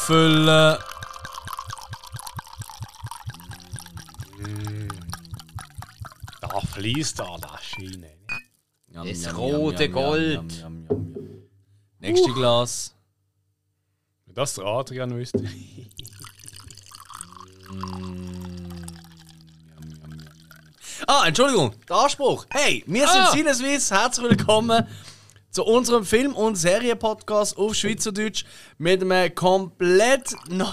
auffüllen. Da fließt da das Schiene. Das rote Gold. Nächste Glas. Wenn das der Adrian wüsste. Entschuldigung, der Anspruch. Hey, wir sind Sinneswiss. Herzlich willkommen zu unserem Film- und Serien-Podcast auf Schweizerdeutsch mit einem komplett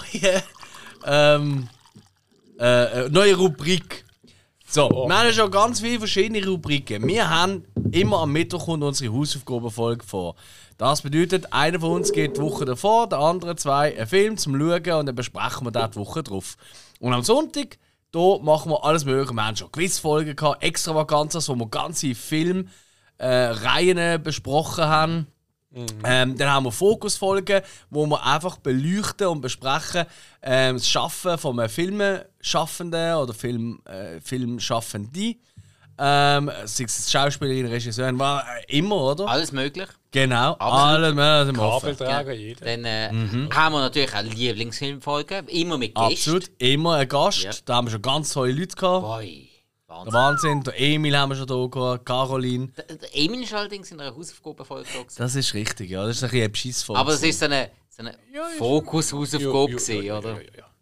neuen Rubrik. So, wir haben ja schon ganz viele verschiedene Rubriken. Wir haben immer am Mittwoch kommt unsere Hausaufgabenfolge vor. Das bedeutet, einer von uns geht die Woche davor, der andere zwei einen Film zum Schauen und dann besprechen wir da die Woche drauf. Und am Sonntag, da machen wir alles Mögliche. Wir haben schon Quizfolgen gehabt, Extravaganzas, wo wir ganze Filmreihen besprochen haben. Dann haben wir Fokusfolgen, wo wir einfach beleuchten und besprechen das Schaffen von einem Filmschaffenden oder Filmschaffenden. Sei es Schauspielerin, Regisseurin, war immer, oder? Alles möglich. Genau, alles möglich. Kabelträger, jeder. Dann haben wir natürlich auch Lieblingsfilmfolgen, immer mit Gästen. Absolut, immer ein Gast. Ja. Da haben wir schon ganz tolle Leute gehabt. Boy, Der Wahnsinn. Wahnsinn, der Emil haben wir schon da gehabt, Caroline. Der Emil ist allerdings in einer Hausaufgabenfolge da gewesen. Das ist richtig, ja. Das ist ein bisschen ein Bescheissfolge. Aber es ist so eine Fokus-Hausaufgabe gewesen, oder?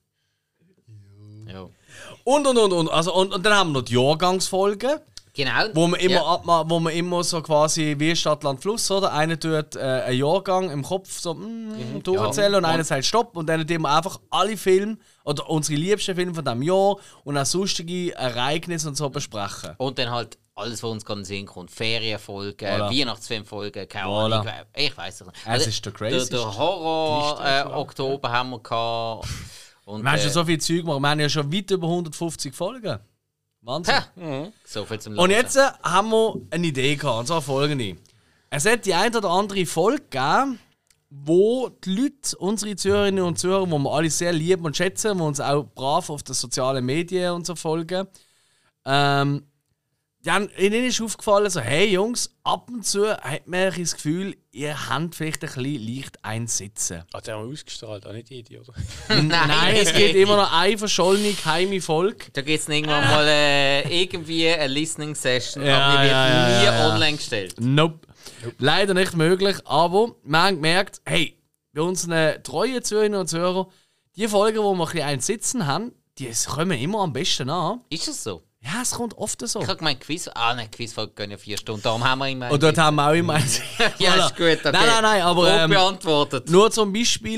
Ja. Und. Also, und dann haben wir noch die Jahrgangsfolgen. Genau. Wo man immer, wo man immer so quasi wie Stadt, Land, Fluss, oder? Einer tut einen Jahrgang im Kopf so durcherzählen und einer sagt Stopp und dann tun wir einfach alle Filme oder unsere liebsten Filme von diesem Jahr und auch sonstige Ereignisse und so besprechen. Und dann halt alles, was uns gerade in den Sinn kommt. Ferienfolgen, Voilà. Weihnachtsfilmfolgen, keine Ahnung. Ich weiß es nicht. Es ist der crazy. Der Horror-Oktober haben wir gehabt. Und, Wir haben schon so viel Zeug gemacht. Wir haben ja schon weit über 150 Folgen. Wahnsinn. so viel zum Und jetzt haben wir eine Idee gehabt, und zwar folgende. Es hat die eine oder andere Folge gegeben, wo die Leute, unsere Zuhörerinnen und Zuhörer, die wir alle sehr lieben und schätzen, die uns auch brav auf den sozialen Medien und so folgen, ihnen ist aufgefallen, so, hey Jungs, ab und zu hat man das Gefühl, ihr habt vielleicht ein bisschen leicht einsitzen. Den haben wir ausgestrahlt, auch nicht jede, oder? Nein, es gibt immer noch eine verschollene, geheime Folge. Da gibt es irgendwann mal irgendwie eine Listening-Session, Ja, aber die wird nie ja. online gestellt. Nope. Leider nicht möglich, aber wir haben gemerkt, hey, bei unseren treuen Zuhörerinnen und Zuhörern, die Folgen, wo wir ein bisschen einsitzen haben, die kommen immer am besten an. Ist das so? Ja, es kommt oft so. Ich habe gemeint, Quizfolgen gehen ja 4 Stunden, darum haben wir immer Und dort haben wir auch immer Ja, ist gut, okay. Nein, aber Gut beantwortet. nur zum Beispiel,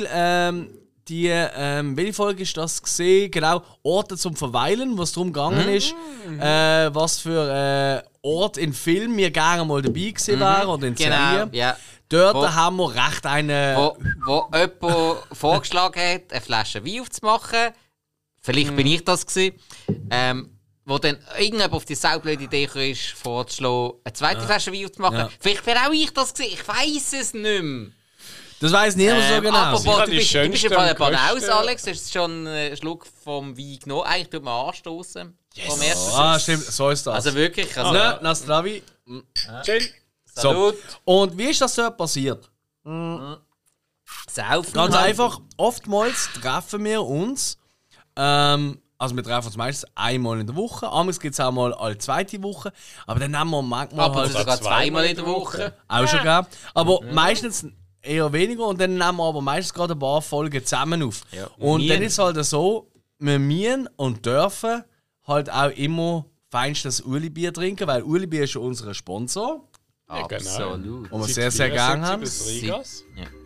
welche Folge ist das gesehen? Genau, Orte zum Verweilen, was darum gegangen ist, was für Ort in Film wir gerne mal dabei gewesen wären oder in Serien. ja. Dort haben wir recht eine... Wo jemand vorgeschlagen hat, eine Flasche Wein aufzumachen. Vielleicht bin ich das gewesen. Wo dann irgendjemand auf die saublöde Idee ist, vorzuschlagen, eine zweite Flasche Wein aufzumachen. Ja. Vielleicht wäre auch ich das gewesen. Ich weiss es nicht mehr. Das weiss niemand so genau. Aber die du bist schönste im Fall ein und Banaus, grösste- Alex. Du hast schon einen Schluck vom Wein genommen. Eigentlich tut man anstoßen. Vom ersten Stimmt, so ist das. Also wirklich. Also, Ne, Nastravi. Schön. Salut. Und wie ist das dort passiert? Saufen. Ganz halt. einfach, oftmals treffen wir uns, also wir treffen uns meistens einmal in der Woche, abends gibt es auch mal alle zweite Woche, aber dann haben wir manchmal Aber halt sogar zweimal in der Woche. auch schon gegeben, aber meistens eher weniger und dann nehmen wir aber meistens gerade ein paar Folgen zusammen auf. Ja. Und Mien. dann ist es halt so, wir müssen und dürfen halt auch immer feinstes Uli-Bier trinken, weil Uli-Bier ist ja unser Sponsor, Ja, genau. Absolut. und wir sehr, sehr gerne haben. Des Rigas.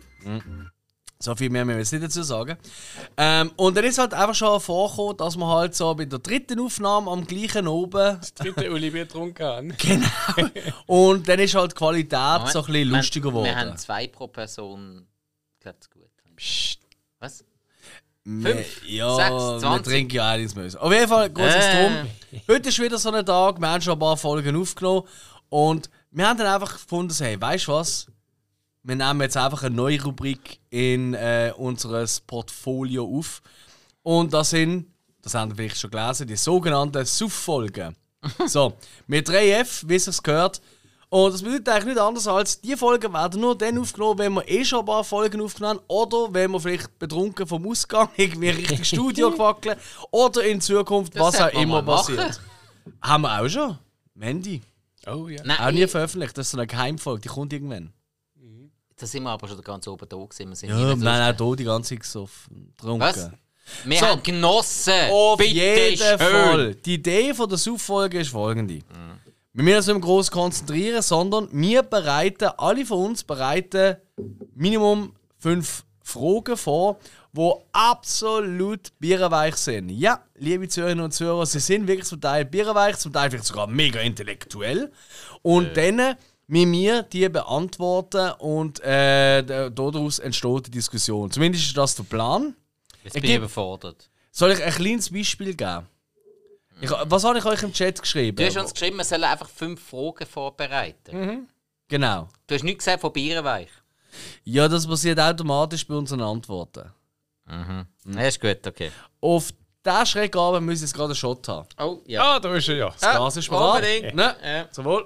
So viel mehr müssen wir jetzt nicht dazu sagen. Und dann ist halt einfach schon vorgekommen, dass wir halt so bei der dritten Aufnahme am gleichen oben. Das dritte Olivier getrunken haben. Genau. Und dann ist halt die Qualität so ein bisschen lustiger Wir geworden. haben 2 pro Person. Ich glaube, das ist gut. Psst. Was? Wir- Ja, 6, wir 20. trinken ja einiges mehr. Auf jeden Fall geht es darum. Heute ist wieder so ein Tag, wir haben schon ein paar Folgen aufgenommen. Und wir haben dann einfach gefunden, hey, weißt du was? Wir nehmen jetzt einfach eine neue Rubrik in unser Portfolio auf. Und das haben wir vielleicht schon gelesen, die sogenannten Suff-Folgen. So, mit 3F, wie es sich gehört. Und das bedeutet eigentlich nicht anders als, die Folgen werden nur dann aufgenommen, wenn wir schon ein paar Folgen aufgenommen haben oder wenn wir vielleicht betrunken vom Ausgang irgendwie Richtung Studio gewackeln oder in Zukunft, Das was auch sollte man immer mal passiert. machen. Haben wir auch schon. Mandy. Oh ja. Nein, Auch nie veröffentlicht, das ist so eine Geheimfolge, die kommt irgendwann. da sind wir aber schon ganz oben da gewesen. Wir sind Ja, nie wir so- haben auch hier die ganze Zeit gesoffen. Trunken. Was? Wir So. haben genossen. Auf Bitte jeden schön. Fall. Die Idee von der Sauffolge ist folgende. Wir müssen uns nicht groß konzentrieren, sondern alle von uns bereiten Minimum 5 Fragen vor, die absolut bierweich sind. Ja, liebe Zuhörerinnen und Zuhörer, sie sind wirklich zum Teil bierweich, zum Teil vielleicht sogar mega intellektuell. Und dann müssen wir die beantworten und daraus entsteht die Diskussion. Zumindest ist das der Plan. Jetzt bin ich überfordert. Soll ich ein kleines Beispiel geben? Was habe ich euch im Chat geschrieben? Du hast uns geschrieben, wir sollen einfach 5 Fragen vorbereiten. Genau. Du hast nichts gesagt von Bierenweich. Ja, das passiert automatisch bei unseren Antworten. Ja, ist gut, okay. Auf diesen Schreck aber müssen wir jetzt gerade einen Shot haben. Oh, ja. Ah, da ist er ja. Das Gas ist bereit. Unbedingt. Ne? Ja. Zum Wohl.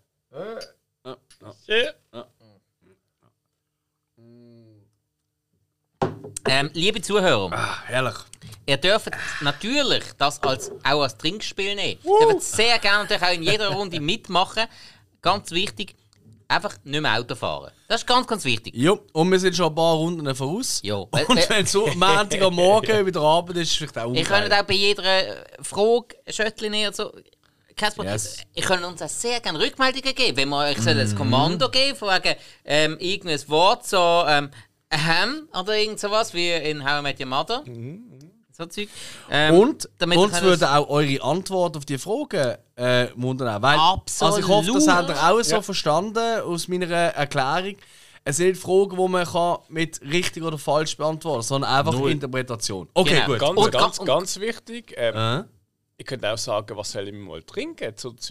Liebe Zuhörer, Herrlich. ihr dürft natürlich das auch als Trinkspiel nehmen. Ihr dürft sehr gerne natürlich auch in jeder Runde mitmachen. Ganz wichtig, einfach nicht mehr Auto fahren. Das ist ganz, ganz wichtig. Ja, und wir sind schon ein paar Runden voraus. Ja. Und wenn so Montag am Morgen wieder Abend ist, ist es vielleicht auch Ihr könnt auch bei jeder Frage ein Schöttchen nehmen und so. Kein Problem. Yes. Ihr könnt uns auch sehr gerne Rückmeldungen geben. Wenn wir euch ein Kommando geben, von wegen irgendein Wort, so oder irgend sowas, wie in How I Met Your Mother. So Zeug. Und damit uns können würden auch eure Antwort auf die Fragen wundern. Weil, Absolut. Also ich hoffe, das habt ihr auch so verstanden aus meiner Erklärung. Es sind nicht Fragen, die man kann mit richtig oder falsch beantworten kann, sondern einfach Interpretation. Okay, Genau. gut. Ganz wichtig. Ihr könnt auch sagen, was soll ich mal trinken dazu?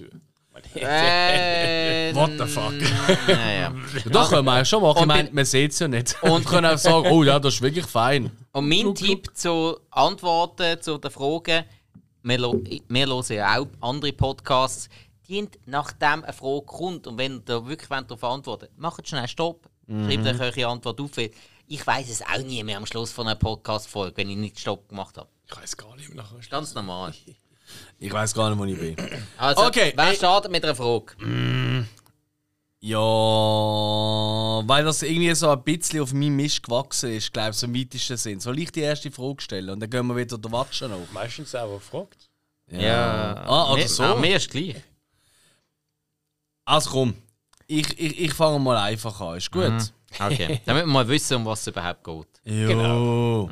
What the fuck? Ja. Doch, können wir schon machen. Ich Und meine, man sieht es ja nicht. Und können auch sagen, oh ja, das ist wirklich fein. Und mein Tipp zu Antworten zu den Fragen, wir hören ja auch andere Podcasts, die nachdem eine Frage kommt und wenn ihr wirklich darauf antworten wollt, macht schnell Stopp, schreibt euch eure Antwort auf. Weil ich weiss es auch nie mehr am Schluss von einer Podcast-Folge, wenn ich nicht Stopp gemacht habe. Ich weiß gar nicht mehr nachher. Ganz normal. Ich weiß gar nicht, wo ich bin. Also, Okay, wer ey. startet mit einer Frage? Ja, weil das irgendwie so ein bisschen auf meinem Mist gewachsen ist, glaube ich, so im weitesten Sinn. Soll ich die erste Frage stellen und dann gehen wir wieder den Watschen auf? Meistens auch, wer fragt. Oder mir, so. mir ist gleich. Also komm, ich fange mal einfach an, ist gut? Okay, damit wir mal wissen, um was es überhaupt geht. Jo. Genau.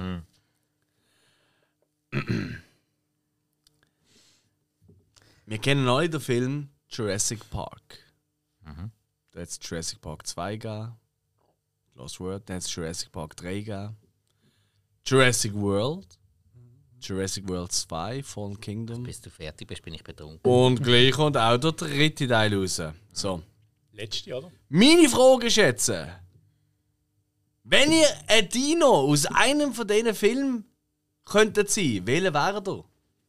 Wir kennen alle den Film Jurassic Park. Da hat es Jurassic Park 2 gegeben. Lost World, dann hat es Jurassic Park 3 gegeben. Jurassic World. Jurassic World 2, Fallen Kingdom. Bis du fertig bist, bin ich betrunken. Und gleich kommt auch der dritte Teil raus. So. Letzte, oder? Meine Frage ist jetzt: Wenn ihr ein Dino aus einem von diesen Filmen könntet sein, welcher wäre ihr?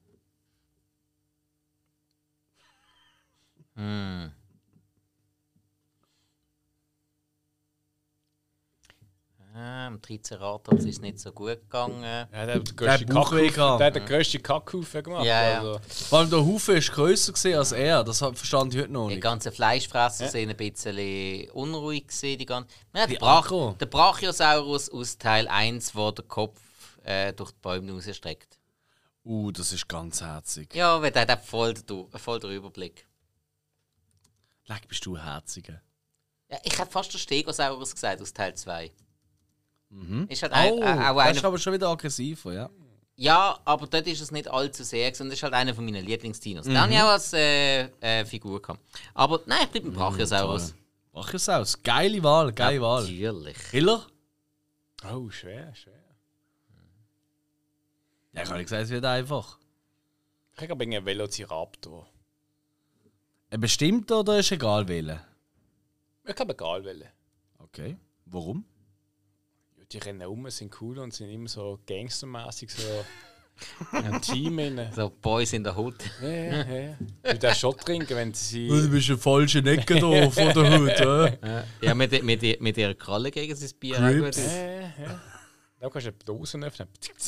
Im Triceratops ist es nicht so gut gegangen. Ja, der hat den Der hat grössten Bauchweh Kackhaufen- gehabt. der hat den grössten Kackhaufen gemacht. Ja, ja. Also, Vor allem der Haufen ist grösser gewesen als er. Das verstand ich heute noch Die nicht. ganzen Fleischfresser sind ein bisschen unruhig gewesen. Ja, Die der Akro. Brachiosaurus aus Teil 1, wo der Kopf durch die Bäume rausstreckt. Das ist ganz herzig. Ja, weil der hat voll den Überblick. Leck, bist du herziger. Ja, ich hätte fast den Stegosaurus gesagt aus Teil 2. Ist halt Oh, auch das einer. ist aber schon wieder aggressiver, ja. Ja, aber dort ist es nicht allzu sehr, sondern das ist halt einer von meinen Lieblingstinos. Den habe ich auch als Figur gehabt. Aber nein, ich bleibe beim Brachiosaurus. Brachiosaurus, geile Wahl, geile Wahl. Natürlich. Killer? oh, schwer. Ja, ich habe nicht gesagt, es wird einfach. Ich habe einen Velociraptor. Ein bestimmter oder ist egal wählen? Ich habe egal welchen. Okay. Warum? Ja, die rennen rum, sind cool und sind immer so gangstermäßig. So. Ein Team inne. So Boys in der Hood. Ja. Du darfst schon trinken, wenn sie. Du bist eine falsche Ecke da von der Hut, Ja, mit ihrer Kralle gegen sein Bier. Crips. Ja. Da kannst du die Dosen öffnen.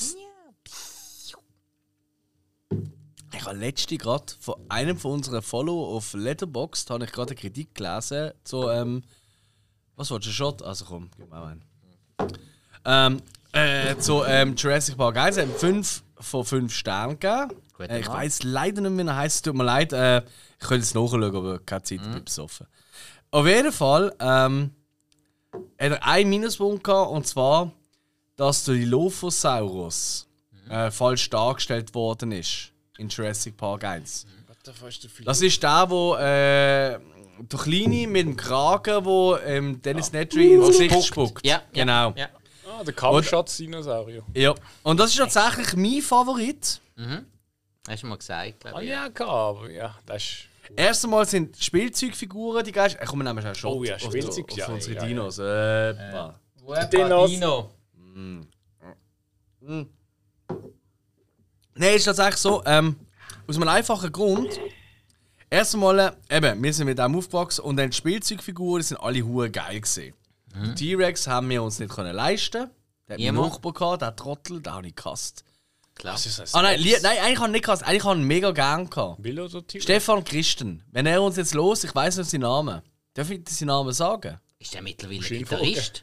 Ich habe letztens gerade von einem von unseren Follower auf Letterboxd habe ich gerade eine Kritik gelesen zu was willst du, Shot? Also komm, gib mir einen. Zu Jurassic Park 1 haben 5 von 5 Sternen gegeben. Ich weiß leider nicht mehr, wie er heisst. Tut mir leid. Ich könnte es nachschauen, aber keine Zeit, ich bin besoffen. Auf jeden Fall hat er einen Minuspunkt gehabt, und zwar, dass der Dilophosaurus falsch dargestellt worden ist in Jurassic Park 1. Das ist der, wo der Kleine mit dem Kragen, wo Dennis Nedry ins Gesicht spuckt. Ja, genau. Ja. Ah, der Kampfschatz-Dinosaurier. Ja. Und das ist tatsächlich mein Favorit. Hast du mal gesagt, glaube Ah, ich. ja, aber ja, das ist. Erst einmal sind Spielzeugfiguren die geilsten. Komm, wir nehmen schon Oh ja, Spielzeug, auf ja, unsere ja, Dinos. Dinos. Nein, ist tatsächlich so. Aus einem einfachen Grund. Erst einmal, wir sind mit dem aufgewachsen und dann die Spielzeugfiguren sind alle hure geil gewesen. Den T-Rex haben wir uns nicht leisten. Der hat einen Nachbar gehabt, der Trottel, den habe ich gehasst. Klar. Nein, eigentlich habe ich nicht gehasst. Eigentlich habe ich ihn mega gern gehabt. Will oder T-Rex? Stefan Christen. Wenn er uns jetzt los, ich weiss nicht seinen Namen. Darf ich seinen Namen sagen? Ist der mittlerweile Schön Gitarrist?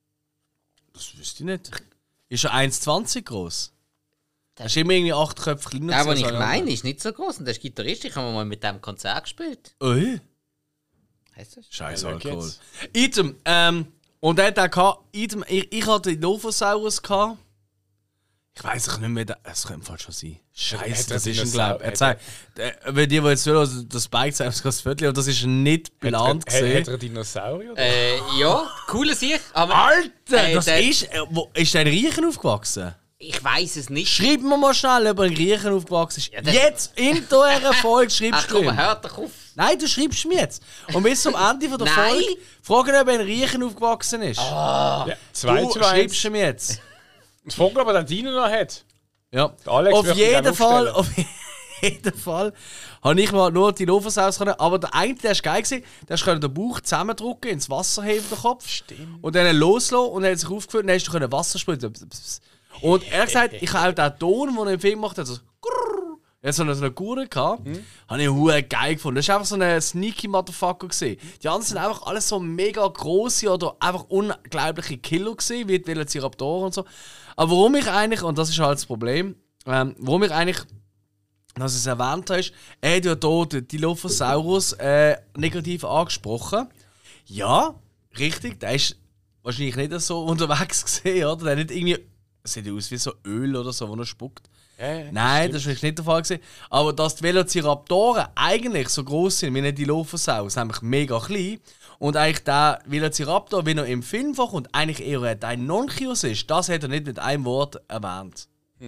Das wüsste ich nicht. Ist er 1,20 groß? Er ist immer irgendwie 8 Köpfe kleiner. Der, was ich als alle meine, ist nicht so groß und der ist Gitarrist. Ich habe mal mit dem Konzert gespielt. anderen. Heißt das? Scheiß Ja, Alkohol. geht's. Item, und er hat auch gehabt, Item, ich hatte den Dilophosaurus gehabt. Ich weiß nicht mehr, es könnte fast schon sein. Scheiße, Hat er das ist ein Dinosaurier- Glaub. Wenn die jetzt hören, also das Bike zeigt das Viertel, und das ist nicht benannt Hat er gesehen. einen Dinosaurier? Ja, cooler Sicht. Aber Alter, das der- ist. Ist der in Riechen aufgewachsen? ich weiß es nicht. Schreib mir mal schnell, ob er in Riechen aufgewachsen ist. Ja, das- Jetzt in dieser Folge Ach schreibst du komm, ihm. hört doch auf. Nein, du schreibst mir jetzt. Und bis zum Ende von der Nein. Folge fragen, ob er in Riechen aufgewachsen ist. Ja, Du 2:1. schreibst ihm jetzt. Das Vogel aber der Dino noch hat. Ja. Der Alex Auf möchte ihn jeden gerne Fall, aufstellen. auf jeden Fall habe ich mal nur die Dilophosaurus können, aber der eine, der ist geil gewesen, der konnte den Bauch zusammendrücken, ins Wasser heben, den Kopf. Stimmt. Und dann loslassen und er hat sich aufgeführt und dann hast du Wasser sprühen. Und er hat gesagt, ich habe auch den Ton, den er im Film gemacht hat, so grrrr. Er hat so eine Gurre gehabt, habe ich hure geil gefunden. Das war einfach so ein sneaky Motherfucker gewesen. Die anderen sind einfach alles so mega grosse oder einfach unglaubliche Killer gewesen, wie die Velociraptoren und so. Aber warum ich eigentlich, und das ist halt das Problem, warum ich eigentlich, dass du es erwähnt hast, er hat ja hier den Dilophosaurus negativ angesprochen. Ja, richtig, der ist wahrscheinlich nicht so unterwegs gewesen, oder? Der hat nicht irgendwie, es sieht aus wie so Öl oder so, wo er spuckt. Ja, Nein, das war nicht der Fall gewesen. Aber dass die Velociraptoren eigentlich so groß sind wie ein Dilophosaurus, nämlich mega klein, und eigentlich der Velociraptor, wie er im Film vorkommt, eigentlich eher ein Deinonychus ist, das hat er nicht mit einem Wort erwähnt.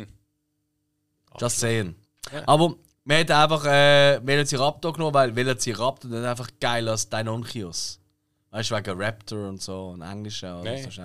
Just saying. Ja. Aber man hat einfach Velociraptor genommen, weil Velociraptor dann einfach geiler als Deinonychus. Weißt du, wegen Raptor und so, und Englischer oder so.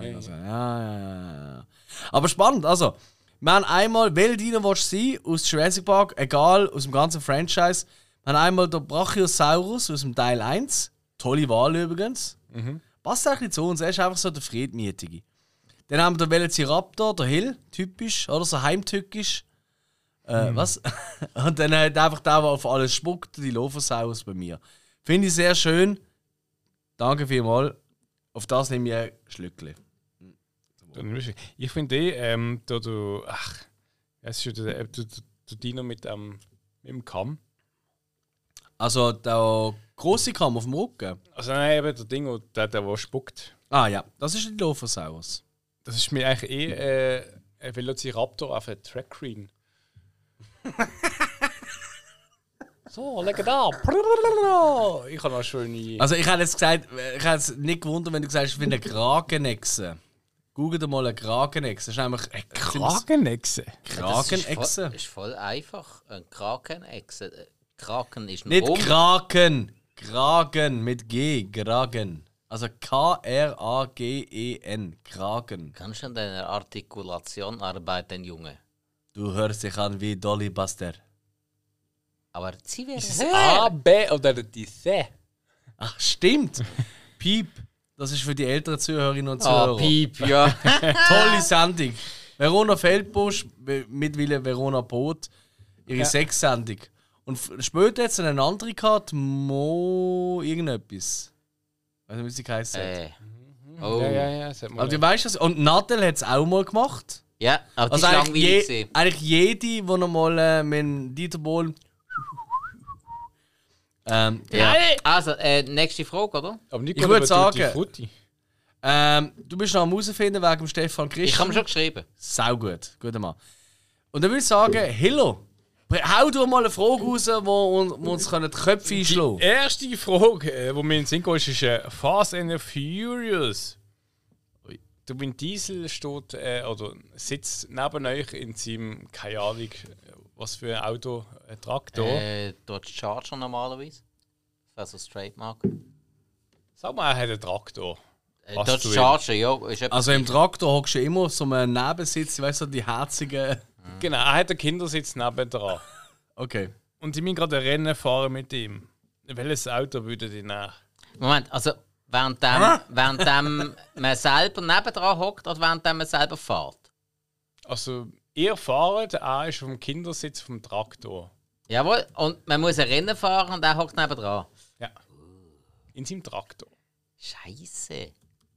Ja. Aber spannend, also. Wir haben einmal, welcher Dino willst du sein aus Jurassic Park, egal, aus dem ganzen Franchise. Wir haben einmal den Brachiosaurus aus dem Teil 1. Tolle Wahl übrigens. Passt auch nicht zu uns, er ist einfach so der Friedmütige. Dann haben wir den Velociraptor, der Hill, typisch, oder so heimtückisch. Was? Und dann hat einfach der auf alles spuckt, die Dilophosaurus bei mir. Finde ich sehr schön. Danke vielmals. Auf das nehme ich ein Schlückchen. Ich finde es ist schon der Dino mit dem Kamm. Also der grosse Kamm auf dem Rücken. Also nein, eben der Ding, der spuckt. Ah ja, das ist ein Dilophosaurus. Das ist mir eigentlich ein Velociraptor auf einem Track Green. So, leg da. Ich habe noch schöne. Also ich hätte jetzt gesagt, ich hätte es nicht gewundert, wenn du gesagt hast, ich finde eine Kragenechse. Google dir mal eine Kragenechse. Das ist nämlich eine Kragenechse. Kragenechse. Das ist voll einfach. Ein Krakenechse. Kraken ist ein Nicht Rom. Kraken. Kragen mit G. Kragen. Also K-R-A-G-E-N. Kragen. Kannst du an deiner Artikulation arbeiten, Junge? Du hörst dich an wie Dolly Buster. Aber sie wäre Ist es A, B oder die C? Ach, stimmt. Piep. Das ist für die älteren Zuhörerinnen und Ah, Zuhörer. Piep, ja. Tolle Sendung. Verona Feldbusch, mittlerweile Verona Boot, ihre 6-Sendung. Und später hat sie eine andere gehabt, Mo irgendetwas. Ich weiß nicht, wie sie geheißen hat. Oh. Ja, das hat man Aber du weißt das. Und Nadel hat es auch mal gemacht. Ja, aber die Also ist langweilig gewesen. eigentlich jede, die noch mal mit Dieter Bohlen. Ja. Also, nächste Frage, oder? Aber nicht Ich würde sagen- Die Frutti. Du bist noch am herausfinden wegen dem Stefan Christian. Ich habe mir schon geschrieben. Sau gut, guter Mann. Und dann würde ich sagen, Hillo, hau du mal eine Frage raus, wo uns die Köpfe einschlagen Die erste Frage, die mir in den Sinn kommt, ist Fast and Furious. Der Vin Diesel steht oder sitzt neben euch in seinem, keine Ahnung, was für ein Auto, ein Traktor. Dodge Charger normalerweise. Das wäre so das Trademark. Sag mal, er hat einen Traktor. Passt Dodge zu ihm. Charger, ja. Ist etwas Also im Traktor hockst du immer auf so einem Nebensitz, weißt du, die herzigen. Genau, er hat einen Kindersitz nebendran. Okay. Und ich bin gerade ein Rennen fahren mit ihm. Welches Auto würde ich nehmen? Moment, also währenddem man selber nebendran hockt oder währenddem man selber fährt? Also, ihr fahrt, er ist vom Kindersitz vom Traktor. Jawohl, und man muss ein Rennen fahren und er hockt nebendran. Ja. In seinem Traktor. Scheiße.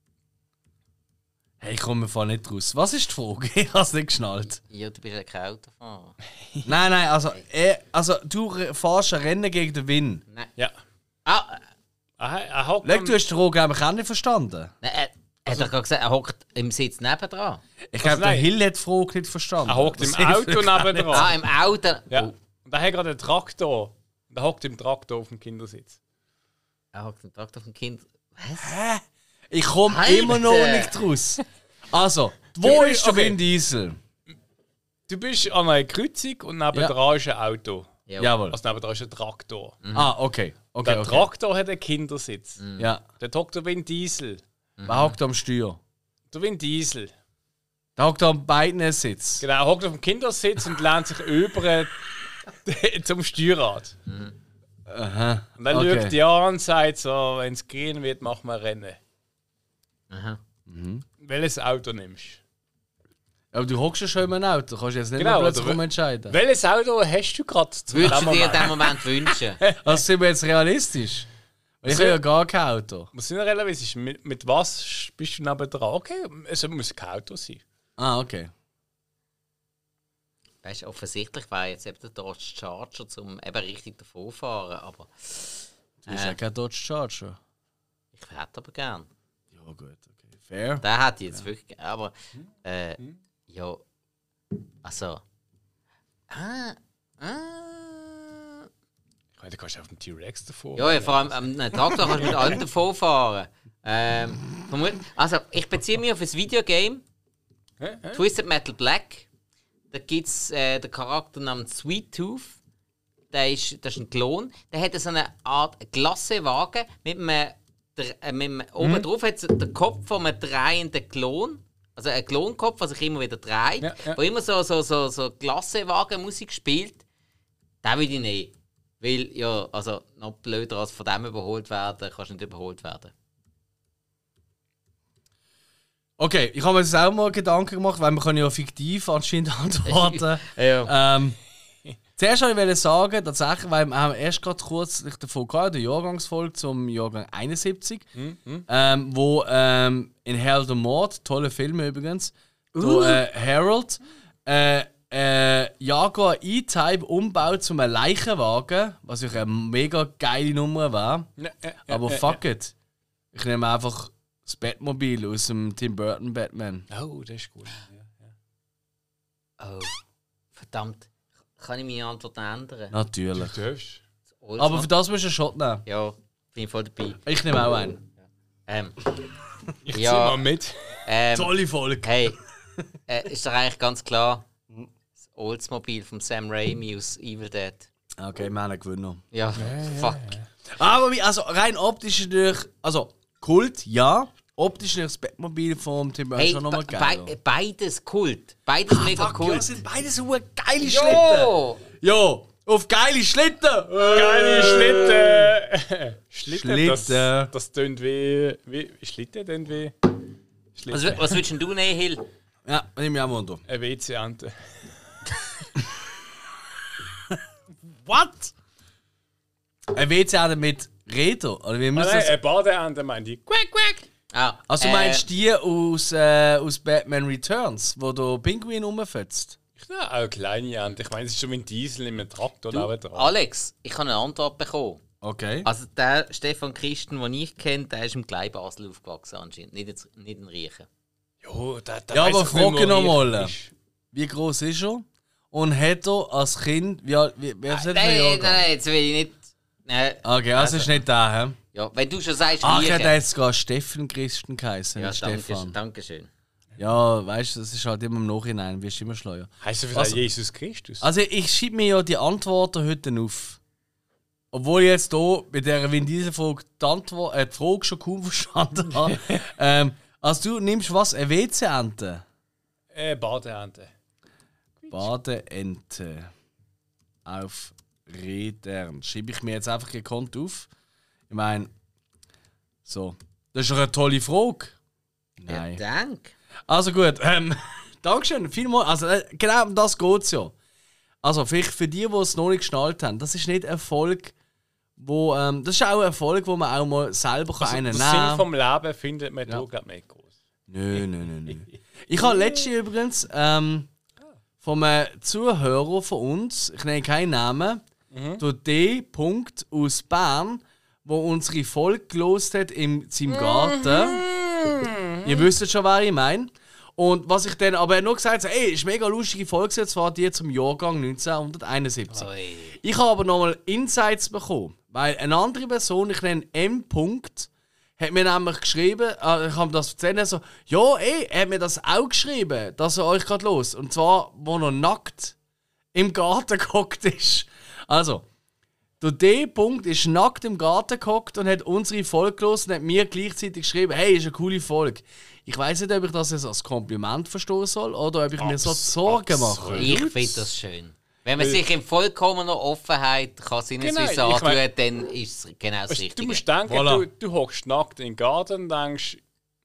Hey, ich komme mir nicht raus. Was ist die Frage? Ich habe es nicht geschnallt. Ja, du bist ja kein Autofahrer. Nein, also du fährst ein Rennen gegen den Win. Nein. Ja. Ah, Er hockt Schau, du hast die Frage eigentlich auch nicht verstanden. nein, er hat doch gerade gesagt, er hockt im Sitz nebendran. Ich glaube, der nein. Hill hat die Frage nicht verstanden. Er hockt im Das hilft Auto mir gar nicht. nebendran. Ah, im Auto. Ja. Oh, Und er hat gerade einen Traktor. Und er hockt im Traktor auf dem Kindersitz. er hockt im Traktor vom Kind. Was? Ich komme Alter. immer noch nicht raus. Also, wo ist der Okay. Vin Diesel? Du bist an einer Kreuzung und nebendran ist ein Auto. Jawohl. Also nebendran ist ein Traktor. Ah, okay. Der Okay. Traktor hat einen Kindersitz. Ja. Der hockt der Vin Diesel. Wer hockt am Steuer? Der Vin Diesel. Der hockt an beiden Sitz. Genau, er hockt auf dem Kindersitz und lehnt sich über zum Steuerrad. Aha. Und dann Okay. schaut die an und sagt so, wenn es gehen wird, machen wir ein Rennen. Aha. Welches Auto nimmst Aber du hockst ja schon in einem Auto. Kannst du jetzt nicht Genau, mehr plötzlich oder- entscheiden. Welches Auto hast du gerade zu Würdest dem du dir in Moment? dem Moment wünschen? Also sind wir jetzt realistisch? Weil ich habe ja gar kein Auto. Was sind realistisch? Mit was bist du nebendran? Okay, es muss kein Auto sein. Ah, okay. Weißt du, offensichtlich wäre jetzt eben der Dodge Charger zum eben richtig davor fahren, aber Du bist ja kein Dodge Charger. ich hätte aber gern. Ja, gut, okay. Fair. Den hätte ich jetzt wirklich gern, aber ja, also Ich meine, du kannst auf dem T-Rex davor. ja, vor allem am Traktor kannst du mit allem davor fahren. Also, ich beziehe mich auf ein Videogame, Twisted Metal Black. Da gibt es den Charakter namens Sweet Tooth. Das ist ein Klon. Der hat so eine Art Glassewagen mit einem oben drauf hat den Kopf von einem drehenden Klon. Also ein Klonkopf, der sich immer wieder dreht. Ja, ja. Wo immer so Glassewagen-Musik spielt. Den will ich nicht. Weil, ja, also noch blöder als von dem überholt werden, kannst du nicht überholt werden. Okay, ich habe mir jetzt auch mal Gedanken gemacht, weil man kann ja fiktiv anscheinend antworten. Ja. Zuerst wollte ich sagen, tatsächlich, weil wir haben erst gerade kurz davon gehabt, der Jahrgangsfolge zum Jahrgang 71, wo in Herr der Mord, tolle Filme übrigens, Harold, Jaguar E-Type umbaut zum Leichenwagen, was ja eine mega geile Nummer war. Aber fuck it. Ich nehme einfach das Batmobil aus dem Tim Burton Batman. Oh, das ist gut. Oh, verdammt. Kann ich meine Antwort ändern? Natürlich. Du darfst. Aber für das musst du einen Shot nehmen. Ja, bin ich voll dabei. Ich nehme auch einen. Ich Ja. zieh mal mit. Tolle Folge. Hey, ist doch eigentlich ganz klar das Oldsmobile von Sam Raimi aus Evil Dead. Okay, wir haben einen Gewinner. Ja, fuck. Aber also rein optisch natürlich, also Kult, ja. optisch das Batmobil vom Tim Burton Hey, schon nochmal geil. beides Kult. Beides mega Fuck, ja, Kult. das sind beides so geile Schlitten. Jo! Jo, auf geile Schlitten. Geile Schlitten! Schlitten. Das tönt wie Schlitten tönt wie. Schlitten. Was würdest denn du nehmen, Hill? Ja, nehme ich auch Wunder. Eine WC-Ante. What? Ein WC mit Rädern? Oder wie muss Nein, das? eine Badeante meint die. Quack, quack! Ah, Also meinst du die aus Batman Returns, wo der Pinguin rumfetzt? Ja, auch eine kleine Ante. Ich meine, es ist schon mit dem Diesel in einem Traktor auch dran. Alex, ich habe eine Antwort bekommen. Okay. Also der Stefan Christen, den ich kenne, der ist im Kleinbasel aufgewachsen anscheinend, nicht in Riechen. Jo, da Ja, weiss aber ich nicht, wo frage noch ich mal. ist. Wie groß ist er? Und hat er als Kind. Wer ist Nein, jetzt will ich nicht. Nein. Okay, also ist nicht der, hä? Ja, wenn du schon sagst, Ach, Riechen. er hat jetzt gerade Steffen Christen geheißen, Ja, nicht Stefan. Dankeschön. Ja, weißt du, das ist halt immer im Nachhinein, wirst du immer schleuer. Heißt du vielleicht Also- Jesus Christus? Also, ich schiebe mir ja die Antworten heute auf. Obwohl ich jetzt hier mit dieser Vin Diesel-Frage die Frage schon kaum verstanden habe. Also, du nimmst was? Eine WC-Ente? Badeante. Badeente auf Rädern. Schiebe ich mir jetzt einfach gekonnt auf. Ich meine, so. Das ist doch eine tolle Frage. Nein. Ja, danke. Also gut, Dankeschön, vielmals. Also genau um das geht es ja. Also vielleicht für die es noch nicht geschnallt haben, das ist nicht ein Erfolg, wo, das ist auch ein Erfolg, wo man auch mal selber Also, einen der Sinn nehmen vom Leben findet man Ja. da glaub ich nicht groß. Nö. Ich habe letztens übrigens von einem Zuhörer von uns, ich nenne keinen Namen, der D. Punkt aus Bern, wo unsere Folge gelost hat in seinem Garten. Ihr wisst schon, wer ich meine. Und was ich dann aber nur gesagt habe, ey, ist eine mega lustige Folge, jetzt war die zum Jahrgang 1971. Oi. Ich habe aber nochmal Insights bekommen, weil eine andere Person, ich nenne M. Punkt, hat mir nämlich geschrieben, ich habe das erzählt, so, ja, ey, er hat mir das auch geschrieben, dass er euch gerade los. Und zwar, wo er nackt im Garten gehockt ist. Also, der D. Punkt ist nackt im Garten gehockt und hat unsere Folge gelesen und hat mir gleichzeitig geschrieben, hey, ist eine coole Folge. Ich weiß nicht, ob ich das jetzt als Kompliment verstehen soll oder ob ich mir so Sorgen mache. Ich finde das schön. Wenn man sich in vollkommener Offenheit kann Sinneswissen Genau, ich antun, mein- dann ist es genau das Weißt, Richtige. du musst denken, Voilà. du hockst nackt in den Garten und denkst,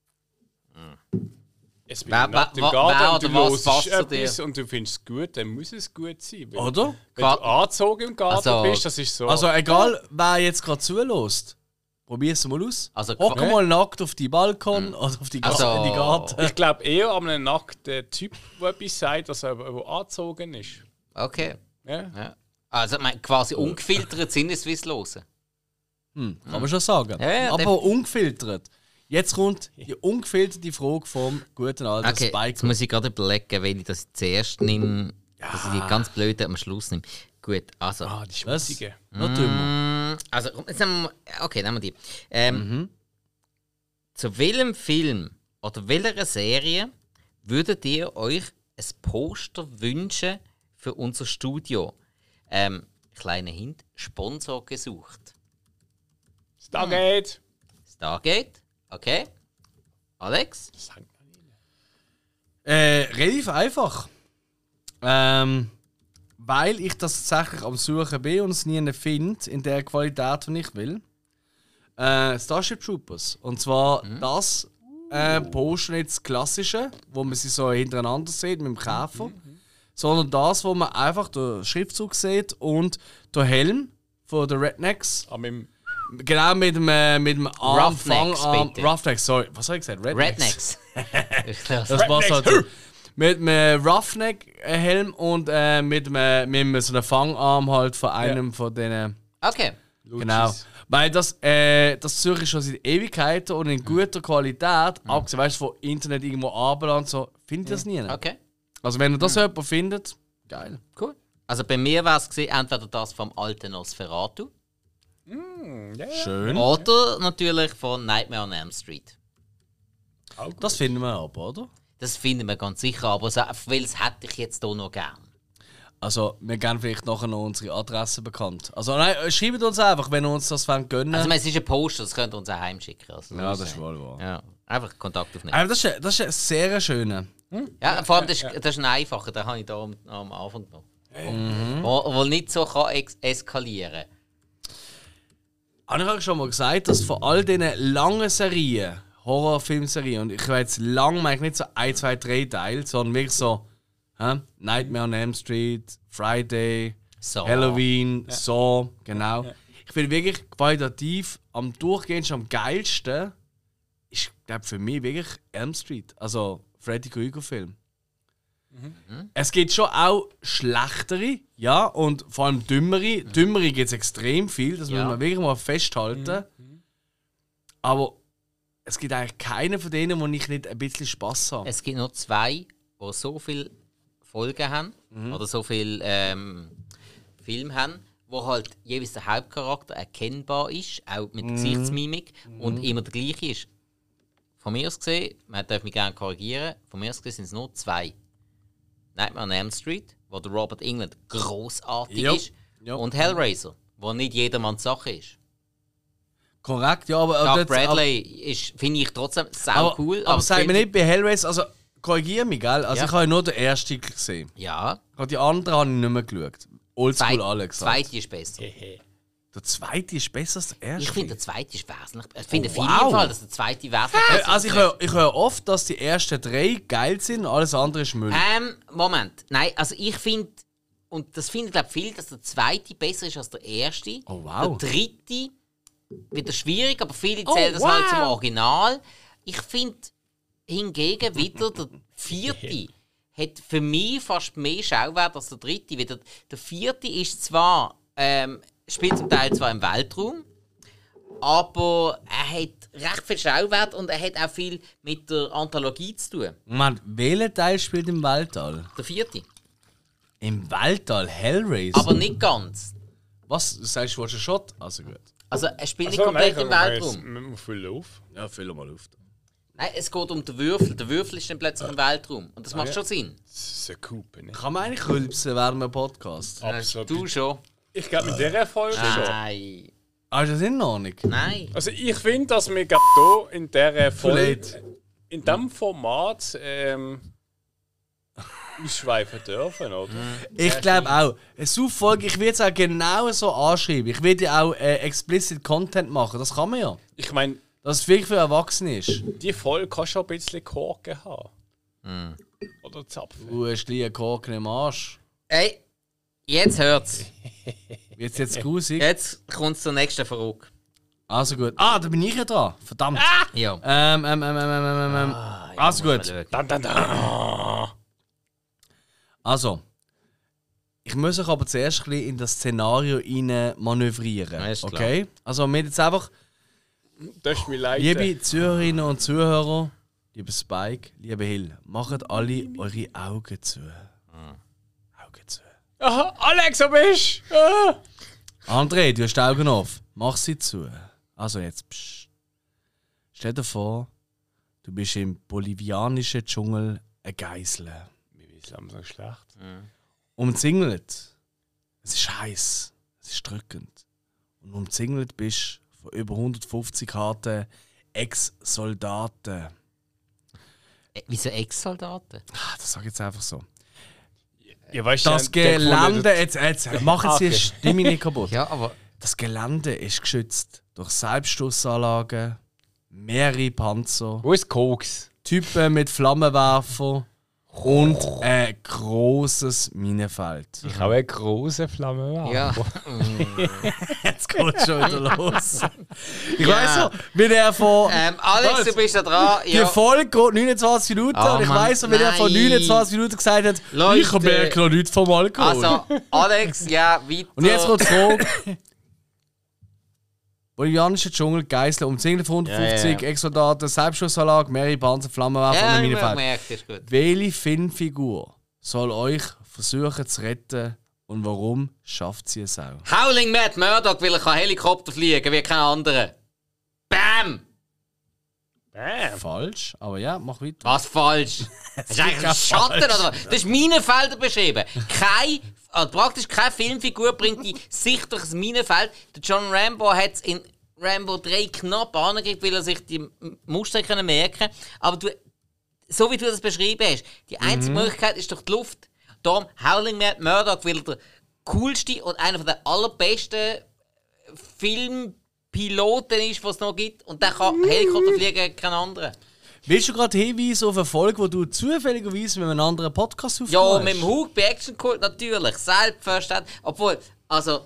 jetzt bin Wer- ich nackt im wer- Garten wer und du oder was hörst passt zu etwas dir? und du findest es gut, dann muss es gut sein. Wenn, Oder? wenn du angezogen im Garten Also- bist, das ist so. Also egal, wer jetzt gerade zulässt, probier es mal aus. Also Hock qua- mal nackt auf die Balkon oder auf die, Also- in die Garten. ich glaube eher an einem nackten Typ, der etwas sagt, dass er angezogen ist. Okay. Ja? Ja. Also quasi ungefiltert Sinneswissen hören. Kann man schon sagen. Ja, Aber ungefiltert. Jetzt kommt die ungefilterte Frage vom guten alten Okay, jetzt Spike. muss ich gerade überlegen, welche ich das zuerst nehme. Dass ich die ganz blöde am Schluss nehme. Gut, also. Ah, die Was? schmutzige. Noch dümmer. Also, komm, jetzt nehmen wir, okay, nehmen wir die. Zu welchem Film oder welcher Serie würdet ihr euch ein Poster wünschen für unser Studio? Kleiner Hint, Sponsor gesucht. Stargate. Stargate, okay. Alex? Relativ einfach. Weil ich das tatsächlich am Suchen bin und es nie finde, in der Qualität, die ich will. Starship Troopers. Und zwar das Poster, nicht das klassische, wo man sie so hintereinander sieht mit dem Käfer, sondern das, wo man einfach den Schriftzug sieht und den Helm von den Rednecks. Ah, mit dem Genau, mit dem Arm, Roughnecks, Fangarm. bitte. Roughnecks, sorry. Was habe ich gesagt? Rednecks. Das passt halt so. Mit einem Roughneck-Helm und mit so einem Fangarm halt von einem von denen. Okay. Genau. Weil das suche ich schon seit Ewigkeiten und in guter Qualität, abgesehen weißt, du, von Internet irgendwo anbelangt, so finde ich das nie. Okay, Also wenn ihr das jemand findet, geil. cool. Also bei mir war es entweder das vom alten Nosferatu Schön. oder natürlich von Nightmare on Elm Street. Das finden wir aber, oder? Das finden wir ganz sicher, aber welches hätte ich jetzt hier noch gern? Also, wir geben vielleicht nachher noch unsere Adresse bekannt. Also, nein, schreibt uns einfach, wenn ihr uns das gönnen. Also, es ist ein Poster, das könnt ihr uns auch heimschicken. Also, ja, das ist wohl wahr. Ja. Einfach Kontakt aufnehmen. Aber das ist ein sehr schöner. Ja, vor allem das ist ein einfacher, den habe ich da am Anfang noch. Wo nicht so kann eskalieren kann. Ich habe schon mal gesagt, dass von all diesen langen Serien, Horrorfilmserien, und ich will jetzt lang, meine ich nicht so 1, 2, 3 Teile, sondern wirklich so Nightmare on Elm Street, Friday, So. Halloween, so, genau. Ja. Ich finde wirklich qualitativ am durchgehendsten, am geilsten ist, glaube für mich wirklich Elm Street, also Freddy Krueger Film. Es gibt schon auch schlechtere, ja, und vor allem dümmere. Dümmere gibt es extrem viel, das muss man wirklich mal festhalten. Aber es gibt eigentlich keinen von denen, wo ich nicht ein bisschen Spass habe. Es gibt noch 2, die so viele Folgen haben oder so viele Filme haben, wo halt jeweils der Hauptcharakter erkennbar ist, auch mit Gesichtsmimik und immer der gleiche ist. Von mir aus gesehen, man darf mich gerne korrigieren, von mir aus gesehen sind es nur 2. Nightmare on Elm Street, wo der Robert Englund grossartig ist, und Hellraiser, wo nicht jedermanns Sache ist. Korrekt, ja, aber... Doug Bradley finde ich trotzdem sau cool. Aber sag mir nicht, bei Hellraiser, also korrigiere mich, gell? Also ich habe ja nur den ersten gesehen. Ja. Und die anderen habe ich nicht mehr geschaut. Oldschool alle gesagt. Der zweite ist besser. Der zweite ist besser als der erste? Ich finde, der zweite ist wesentlich besser. Ich finde viele im Fall, dass der zweite wesentlich besser ist. Also ich höre oft, dass die ersten 3 geil sind und alles andere ist Müll. Moment. Nein, also ich finde, und das finde ich glaube viel, dass der zweite besser ist als der erste. Oh wow. Der dritte wieder schwierig, aber viele zählen das halt zum Original. Ich finde hingegen wieder der vierte hat für mich fast mehr Schauwert als der dritte. Weil der vierte ist zwar spielt zum Teil zwar im Weltraum, aber er hat recht viel Schauwert und er hat auch viel mit der Anthologie zu tun. Moment, welcher Teil spielt im Weltall? Der vierte. Im Weltall? Hellraiser? Aber nicht ganz. Was? Du sagst, du willst einen Shot? Also gut. Also er spielt nicht komplett im Weltraum. Wir füllen auf. Ja, füll mal auf. Nein, es geht um den Würfel. Der Würfel ist dann plötzlich im Weltraum. Und das macht schon Sinn. Das ist eine Kupe, ne? Kann man eigentlich rülpsen während einem Podcast? Absolut. Du schon. Ich glaube, mit dieser Folge schon. Nein. Ah, ist das in Ordnung? Nein. Also ich finde, dass wir hier in dieser Folge, in diesem Format ausschweifen dürfen, oder? Ich glaube auch. Eine Folge, ich würde es auch genau so anschreiben. Ich würde ja auch explicit Content machen, das kann man ja. Ich meine, dass es wirklich für Erwachsene ist. die Folge kann schon ein bisschen Korken haben. Oder Zapfen. Du hast einen Korken im Arsch. Ey, jetzt hört's. Jetzt grusig. Jetzt kommt zur nächsten Frage. Also gut. Ah, da bin ich ja dran. Verdammt. Ja. Also gut. Da. Also. Ich muss euch aber zuerst ein bisschen in das Szenario rein manövrieren. Ja, ist klar. Okay? Also wir jetzt einfach, Das ist mir leid. liebe Zuhörerinnen und Zuhörer, lieber Spike, lieber Hill, macht alle eure Augen zu. Augen zu. Aha, Alex, wo bist du? André, du hast die Augen auf. Mach sie zu. Also jetzt, psch. Stell dir vor, du bist im bolivianischen Dschungel ein Geisel. Mir ist langsam schlecht. Umzingelt. Es ist heiß. Es ist drückend. Und umzingelt bist von über 150 harten Ex-Soldaten. Wieso Ex-Soldaten? Das sag ich jetzt einfach so. Ja, weißt Das Gelände, jetzt machen Sie die Stimme nicht kaputt. Ja, aber... Das Gelände ist geschützt durch Selbstschussanlagen, mehrere Panzer, Wo ist Koks? Typen mit Flammenwerfer und ein grosses Minenfeld. Ich habe eine große Flamme. Ja. Jetzt geht schon wieder los. Ich weiss noch, wie der von. Alex, du bist da dran. Die Folge geht 29 Minuten und ich Mann, weiss noch, wie der von nein. 29 Minuten gesagt hat: Leute. Ich merke noch nichts vom Alkohol. Also, Alex, ja, weiter. Und jetzt kommt die Frage: Bolivianischer Dschungel, Geisel, umzingelt von 150 Ex-Soldaten, Selbstschussanlage, mehrere Panzer, Flammenwerfer und ein ich Minenfeld. merke, ist gut. Welche Filmfigur soll euch versuchen zu retten und warum schafft sie es auch? Howling Matt Murdock, weil er kann Helikopter fliegen wie kein anderer. Bam! Falsch, aber ja, mach weiter. Was falsch? Das ist eigentlich ein Schatten, oder was? Das ist Minenfelder beschrieben. Praktisch keine Filmfigur bringt die Sicht durch das Minenfeld. Der John Rambo hat es in Rambo 3 knapp angekriegt, weil er sich die Muster merken kann. Aber du, so wie du das beschrieben hast, die einzige Möglichkeit ist durch die Luft. Darum Howling Murdoch, weil er der coolste und einer der allerbesten Filmpiloten ist, was es noch gibt. Und der kann Helikopter fliegen, kein anderer. Willst du gerade hinweisen auf eine Folge, wo du zufälligerweise mit einem anderen Podcast aufgenommen Ja, hast? mit dem Hug bei Action Cult natürlich, selbstverständlich. Obwohl, also...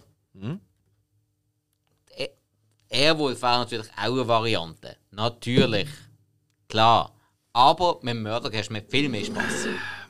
Airwolf wäre natürlich auch eine Variante. Natürlich. Klar. Aber mit Murdoch hast du viel mehr Spaß.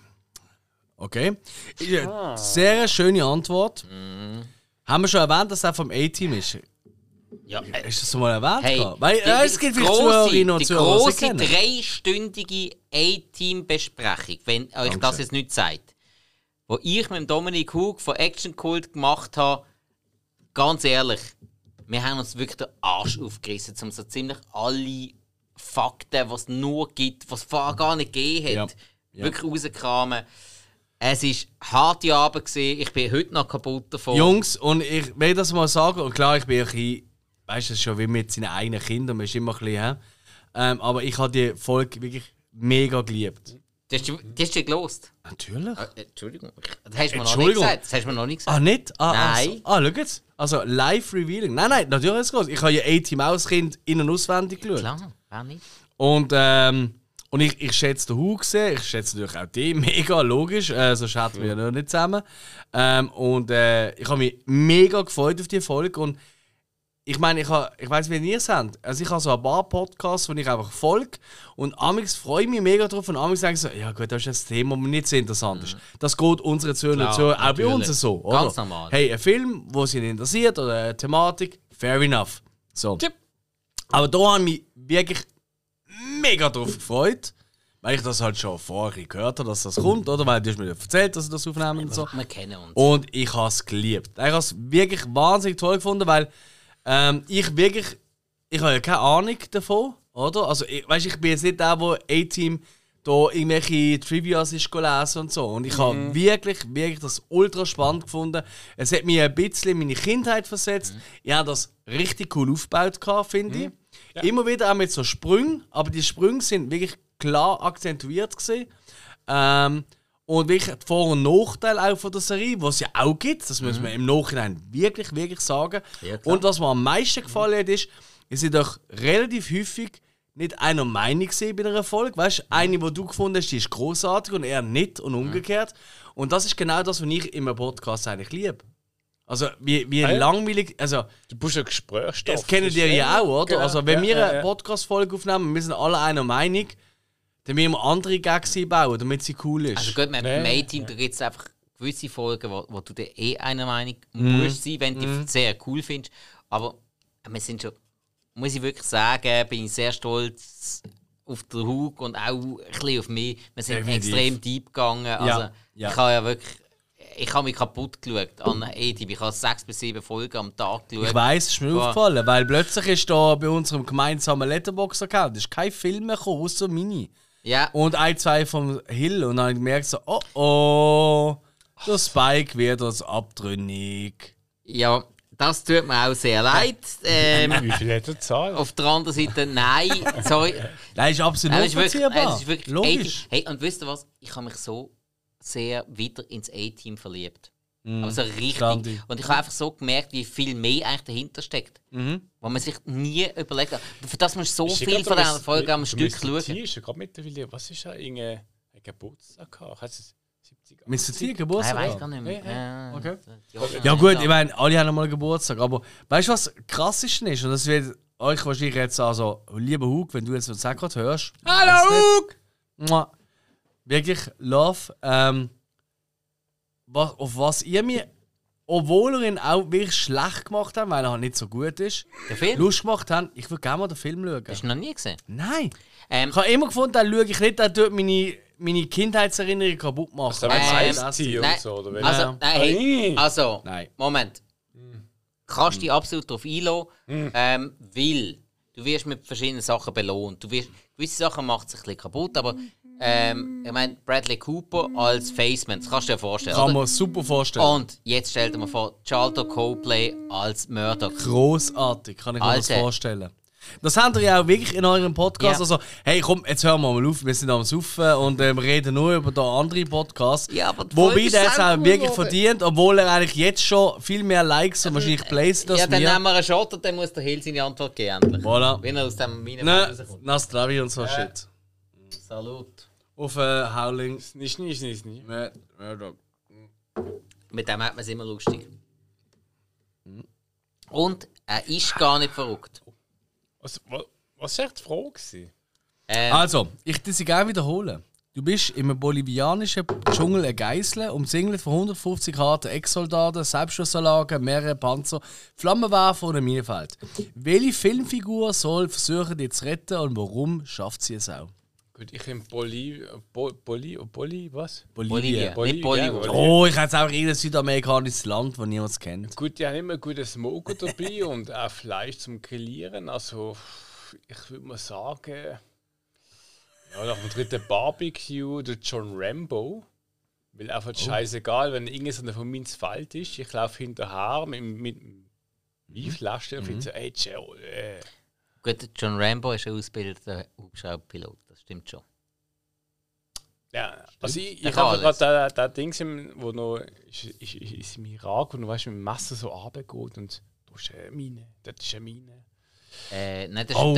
Okay. Sehr schöne Antwort. Haben wir schon erwähnt, dass er vom A-Team ist? Ja. Ist das mal erwähnt? Hey, Weil es gibt viele Zuhörerinnen und die Zuhörer, die grosse kennen. 3-stündige A-Team-Besprechung, wenn euch das jetzt nicht sagt, wo ich mit Dominik Hug von Action Cult gemacht habe, ganz ehrlich, wir haben uns wirklich den Arsch aufgerissen, um so ziemlich alle Fakten, was es nur gibt, was es vorher gar nicht gegeben hat, wirklich rauskramen. Es war harte Arbeit gewesen. Ich bin heute noch kaputt davon. Jungs, und ich will das mal sagen, und klar, ich bin ein bisschen, weißt du, schon wie mit seinen eigenen Kindern, man ist immer ein bisschen, aber ich habe die Folge wirklich mega geliebt. Das hast du gelost? Natürlich. Entschuldigung. Das hast du mir noch nicht gesagt. Das hast du mir noch nicht gesagt. Ah, nicht? Nein. Schau jetzt. Also, Live-Revealing. Nein, natürlich ist es groß. Ich habe ja A-Team als Kind in- und auswendig geschaut. Klar, wer nicht? Und ich schätze den Hug sehr, ich schätze natürlich auch die, mega logisch, sonst hätten wir ja noch nicht zusammen. Ich habe mich mega gefreut auf die Folge und ich meine, ich weiss, wie ihr es habt. Also ich habe so ein paar Podcasts, die ich einfach folge und amigs freue ich mich mega drauf und amigs denke ich so, ja gut, das ist ein Thema, das mir nicht so interessant ist. Das geht unseren Zuhörern und Zuhörern auch bei uns so, oder? Ganz normal. Hey, ein Film, der sie interessiert oder eine Thematik, fair enough. So. Yep. Aber da habe ich mich wirklich mega drauf gefreut, weil ich das halt schon vorher gehört habe, dass das kommt, oder? Weil du hast mir erzählt, dass sie das aufnehmen und so. Wir kennen uns. Und ich habe es geliebt. Ich habe es wirklich wahnsinnig toll gefunden, weil ich habe ja keine Ahnung davon, oder? Also, ich bin jetzt nicht der, der A-Team da irgendwelche Trivias ist lesen und so. Und ich habe wirklich das ultra spannend gefunden. Es hat mich ein bisschen in meine Kindheit versetzt. Ich habe das richtig cool aufgebaut, finde ich. Ja. Immer wieder auch mit so Sprüngen, aber die Sprünge sind wirklich klar akzentuiert gewesen. Und wirklich die Vor- und Nachteile auch von der Serie, was es ja auch gibt, das muss man im Nachhinein wirklich sagen. Ja, und was mir am meisten gefallen hat, ist, ich sind doch relativ häufig nicht einer Meinung gesehen bei einer Folge. Weißt du, eine, die du gefunden hast, die ist großartig und er nicht und umgekehrt. Und das ist genau das, was ich in einem Podcast eigentlich liebe. Also, wie langweilig. Also, du brauchst ja Gesprächsstoff. Das kennen ihr ja auch, oder? Genau. Also, wenn wir eine Podcast-Folge aufnehmen, wir sind alle einer Meinung, dann müssen wir andere Gags einbauen, damit sie cool ist. Also gut, mit dem A-Team, da gibt es einfach gewisse Folgen, wo du dir einer Meinung musst sein, wenn du die sehr cool findest. Aber wir sind schon, muss ich wirklich sagen, bin ich sehr stolz auf den Hug und auch ein bisschen auf mich. Wir sind extrem deep gegangen. Also, ich habe ja wirklich, ich habe mich kaputt geschaut an A-Team. Ich habe 6 bis 7 Folgen am Tag geschaut. Ich weiss, es ist mir aufgefallen, weil plötzlich ist da bei unserem gemeinsamen Letterboxd-Account kein Film mehr gekommen, außer Mini. Ja. Und 2 vom Hill. Und dann habe ich gemerkt, so, oh, der Spike wird uns abtrünnig. Ja, das tut mir auch sehr leid. Wie viel hat er gezahlt? Auf der anderen Seite, nein, sorry. Nein, ist absolut nachvollziehbar. Logisch. Hey, und wisst ihr was? Ich habe mich so sehr wieder ins A-Team verliebt. Also richtig. Standi. Und ich habe einfach so gemerkt, wie viel mehr eigentlich dahinter steckt. Wo man sich nie überlegt hat. Für das musst du so viel von dieser Folge am Stück schauen. Ist ja gerade mittlerweile, was ist er? Ein Geburtstag gehabt? Hat es 70? Mr. T Geburtstag? Nein, weiß gar nicht mehr. Okay. Ja gut, ich meine, alle haben einmal Geburtstag, aber weißt du, was krass ist? Und das wird euch wahrscheinlich jetzt also, lieber Hug, wenn du jetzt so gerade hörst. Hallo Hug! Wirklich Love. Auf was ihr mir, obwohl ihr ihn auch wirklich schlecht gemacht habt, weil er halt nicht so gut ist, der Film? Lust gemacht habt, ich würde gerne mal den Film schauen. Hast du noch nie gesehen? Nein. Ich habe immer gefunden, den schaue ich nicht, der tut meine Kindheitserinnerung kaputt machen. Und so, oder wie? Also, Nein. Moment. Kannst dich absolut darauf einlassen, weil du wirst mit verschiedenen Sachen belohnt. Gewisse Sachen macht es ein bisschen kaputt, aber Ich meine, Bradley Cooper als Faceman, das kannst du dir vorstellen. Kann oder? man super vorstellen. Und jetzt stell dir mal vor, Charlton Copley als Murdoch. Großartig, kann ich mir das Alter. vorstellen. Das habt ihr ja auch wirklich in eurem Podcast. Ja. Also, hey, komm, jetzt hören wir mal auf, wir sind am Saufen und reden nur über da andere Podcasts. Ja, aber die Wobei Folge ist der jetzt selber auch cool wirklich geworden. verdient, obwohl er eigentlich jetzt schon viel mehr Likes und wahrscheinlich Plays als Ja, dann wir. nehmen wir einen Shot und dann muss der Hill seine Antwort geben. Endlich. Voilà. Wenn er aus dem Minenfeld Ne, rauskommt. Nastravi und so Shit. Salut. Auf Howling. Nicht. Murdoch. Mit dem hat man es immer lustig. Und er ist gar nicht verrückt. Was war echt die Frage gewesen? Also, ich das gerne wiederholen. Du bist im bolivianischen Dschungel ein Geisel, umsingelt von 150 harten Ex-Soldaten, Selbstschussanlagen, mehrere Panzer, Flammenwerfer und ein Minenfeld. Welche Filmfigur soll versuchen, dich zu retten und warum schafft sie es auch? Gut, ich in was? Bolivia. Bolivien. Nicht Bollywood. Oh, ich hätte auch irgendein südamerikanisches Land, das niemand kennt. Gut, die haben immer guten Smoker dabei und auch Fleisch zum Grillieren. Also, ich würde mal sagen, ja, nach dem dritten Barbecue, der John Rambo. Weil einfach scheißegal, wenn irgendeiner von mir ins Feld ist, ich laufe hinterher mit Weinflaschen und finde so, ey, Joe, Gut, John Rambo ist ein ausgebildeter Hubschrauberpilot, das stimmt schon. Ja, also ich Der habe kann gerade da Dings, wo noch ist im Irak und du weißt, mit dem Messer so runtergeht und da ist eine Mine, dort ist eine Mine. Nein, Oh.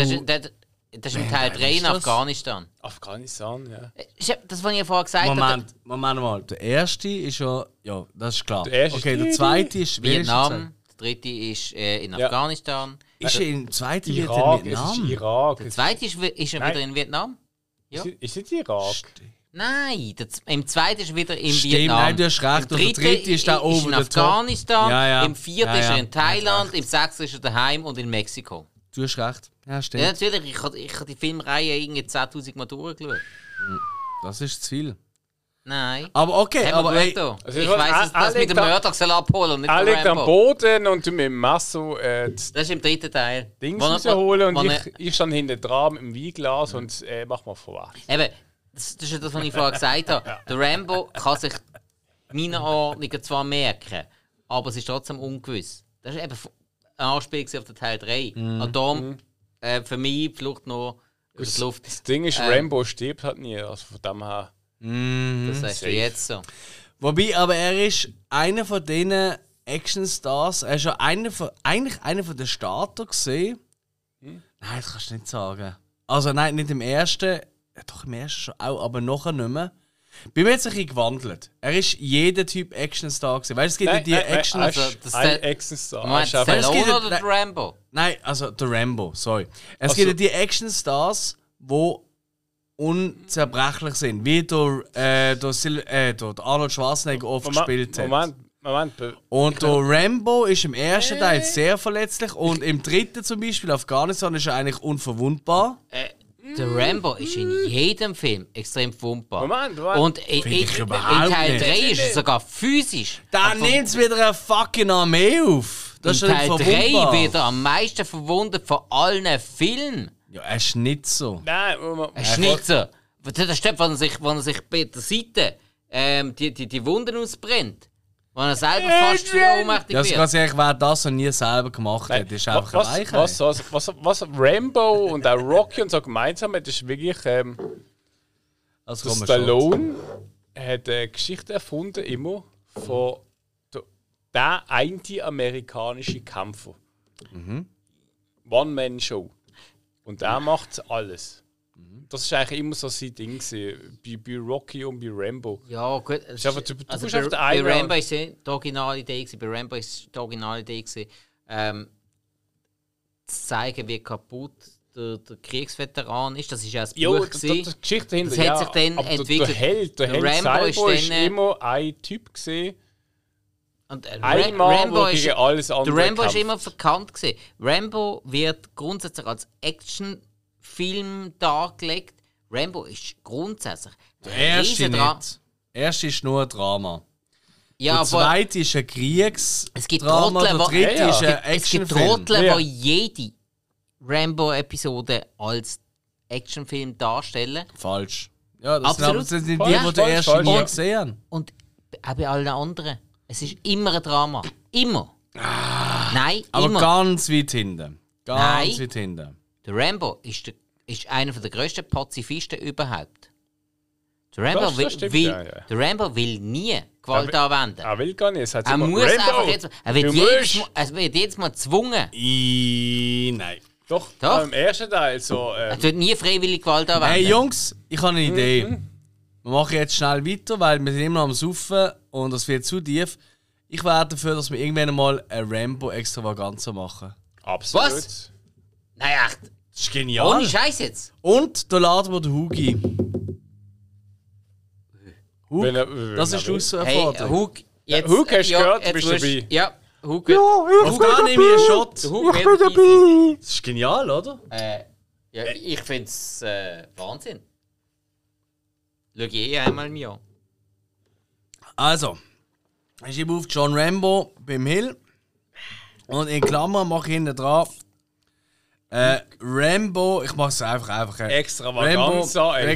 das ist im Teil 3 in ist das? Afghanistan. Afghanistan, ja. Das, was ich vorher gesagt habe, Moment mal. Der erste ist ja das ist klar. Der erste okay, ist- der zweite ist Vietnam, der dritte ist in Afghanistan, Ist er im zweiten Irak, in es ist Vietnam? Irak. der zweite ist er Nein. wieder in Vietnam. Ja. Ist nicht Irak? Nein, im zweiten ist er wieder in Stimmt, Vietnam. nein, du hast recht. Im Und der dritte ist da oben in der Top. Afghanistan, Ja, ja. im vierten Ja, ist er ja. in Thailand, im sechsten ist er daheim und in Mexiko. Du hast recht. Ja, stimmt. Ja, natürlich, ich habe die Filmreihe irgendwie 10.000 Mal durchgeschaut. Das ist zu viel. Nein. Aber okay, Aber aber ey, Also ich ich weiß, weiss, dass mit dem Alec- Murdoch soll abholen und nicht Er der liegt am Rambo. Boden und du mit dem Messer das Das ist im dritten Teil. Ding Wo er- rausholen wo und er- ich stand hinten dran mit dem Weinglas und mach mal vorwärts. Eben, das ist ja das, was ich vorher gesagt habe. Der Rambo kann sich meine Ordnungen zwar merken, aber es ist trotzdem ungewiss. Das ist eben eine Anspielung auf den Teil 3. Und darum, für mich, die Flucht noch über die Luft. Das Ding ist, Rambo stirbt halt nie, also von dem her. Das sagst du safe. jetzt so. wobei, aber er ist einer von diesen Actionstars. Er ist ja eigentlich einer von den Starter gesehen. Nein, das kannst du nicht sagen. Also nein, nicht im ersten. Ja, doch im ersten schon auch, aber nachher nicht mehr. Bin mir jetzt ein bisschen gewandelt. Er ist jeder Typ Actionstar gewesen. Weißt du, es gibt ja die Action. Also, Also, das ein ist der- Action-Star. Moment, Ist einfach- es gibt- Stallone oder der Rambo? Nein, also der Rambo, sorry. Es Also- gibt ja die Actionstars, die unzerbrechlich sind. Wie der Arnold Schwarzenegger oft gespielt hat. Moment. Und der Rambo ist im ersten Teil sehr verletzlich und im dritten zum Beispiel, Afghanistan, ist er eigentlich unverwundbar. Der Rambo ist in jedem Film extrem verwundbar. Moment. Und in ich Teil überhaupt 3 nicht. ist er sogar physisch. Dann nimmt es wieder eine fucking Armee auf. Das In ist Teil nicht 3 verwundbar. wird er am meisten verwundet von allen Filmen. Ja, er ist nicht so. Nein, Schnitzer. Das stimmt, wenn er sich bei der Seite die Wunden ausbrennt. Wenn er selber fast ohnmächtig Ja, also ganz wird. ehrlich, wer das noch nie selber gemacht hat, ist einfach ein Weichei. was Rambo und auch Rocky und so gemeinsam hat, ist wirklich, Also, der komm, schon. Stallone hat eine Geschichte erfunden, immer von der anti-amerikanische Kämpfer. One-Man-Show. Und der macht alles. Das war eigentlich immer so sein Ding gewesen, bei Rocky und bei Rambo. Ja, gut. Ist einfach, du Also bist auf der bei einen Rambo ist die originale Idee gewesen, bei Rambo ist die originale Idee gewesen, zu zeigen, wie kaputt der Kriegsveteran ist. Das ist ja das Ja, Buch das gewesen. Geschichte dahinter, Das hat ja, sich dann aber entwickelt. Der Held Der Rambo selber ist ist dann, immer ein Typ gewesen. Und Einmal, Rambo wo ist, gegen alles der andere Rambo ist kämpft. immer verkannt gewesen. Rambo wird grundsätzlich als Actionfilm dargelegt. Rambo ist grundsätzlich Der erste Riesendra- nicht. Der erste ist nur ein Drama. Ja, Der aber zweite ist ein Kriegsdrama. es gibt Der Trottel, wo- dritte Ja, ist ein es gibt Actionfilm. Trottel, Ja. die jede Rambo-Episode als Actionfilm darstellen. Falsch. Ja, das Absolut. sind die, Falsch, die den ersten falsch, nie ja. gesehen haben. Und auch bei allen anderen. Es ist immer ein Drama. Immer. Nein, Aber immer. ganz weit hinten. Ganz Nein. weit hinten. Der Rambo ist einer der grössten Pazifisten überhaupt. Der Rambo, Das stimmt, will, ja. der Rambo will nie Gewalt anwenden. Er will gar nicht. Es hat Er immer, muss Rainbow, einfach jetzt. Er wird jedes Mal gezwungen. Nein. Doch, Doch. im ersten Teil so. Er tut nie freiwillig Gewalt anwenden. Hey Jungs, ich habe eine Idee. Wir machen jetzt schnell weiter, weil wir sind immer noch am Saufen und das wird zu tief. Ich wäre dafür, dass wir irgendwann mal eine Rambo-Extravaganza machen. Absolut. Was? Nein, echt. Das ist genial. Ohne Scheiß jetzt. Und da laden wir den Hugi. Hug, Wenn er- das wenn ist er die Herausforderung. Hey, Hug. Jetzt, Hug, hast du gehört? Du jetzt bist musst- dabei. Ja, Hug. Auf da nehme ich einen Shot. Der Hug wird dabei sein. Das ist genial, oder? Ja, ich finde es Wahnsinn. Schau ich einmal mir an. Also, ich gebe auf John Rambo beim Hill. Und in Klammern mache ich hinten dran. Rambo, ich mache es einfach. Extravaganza, Rambo,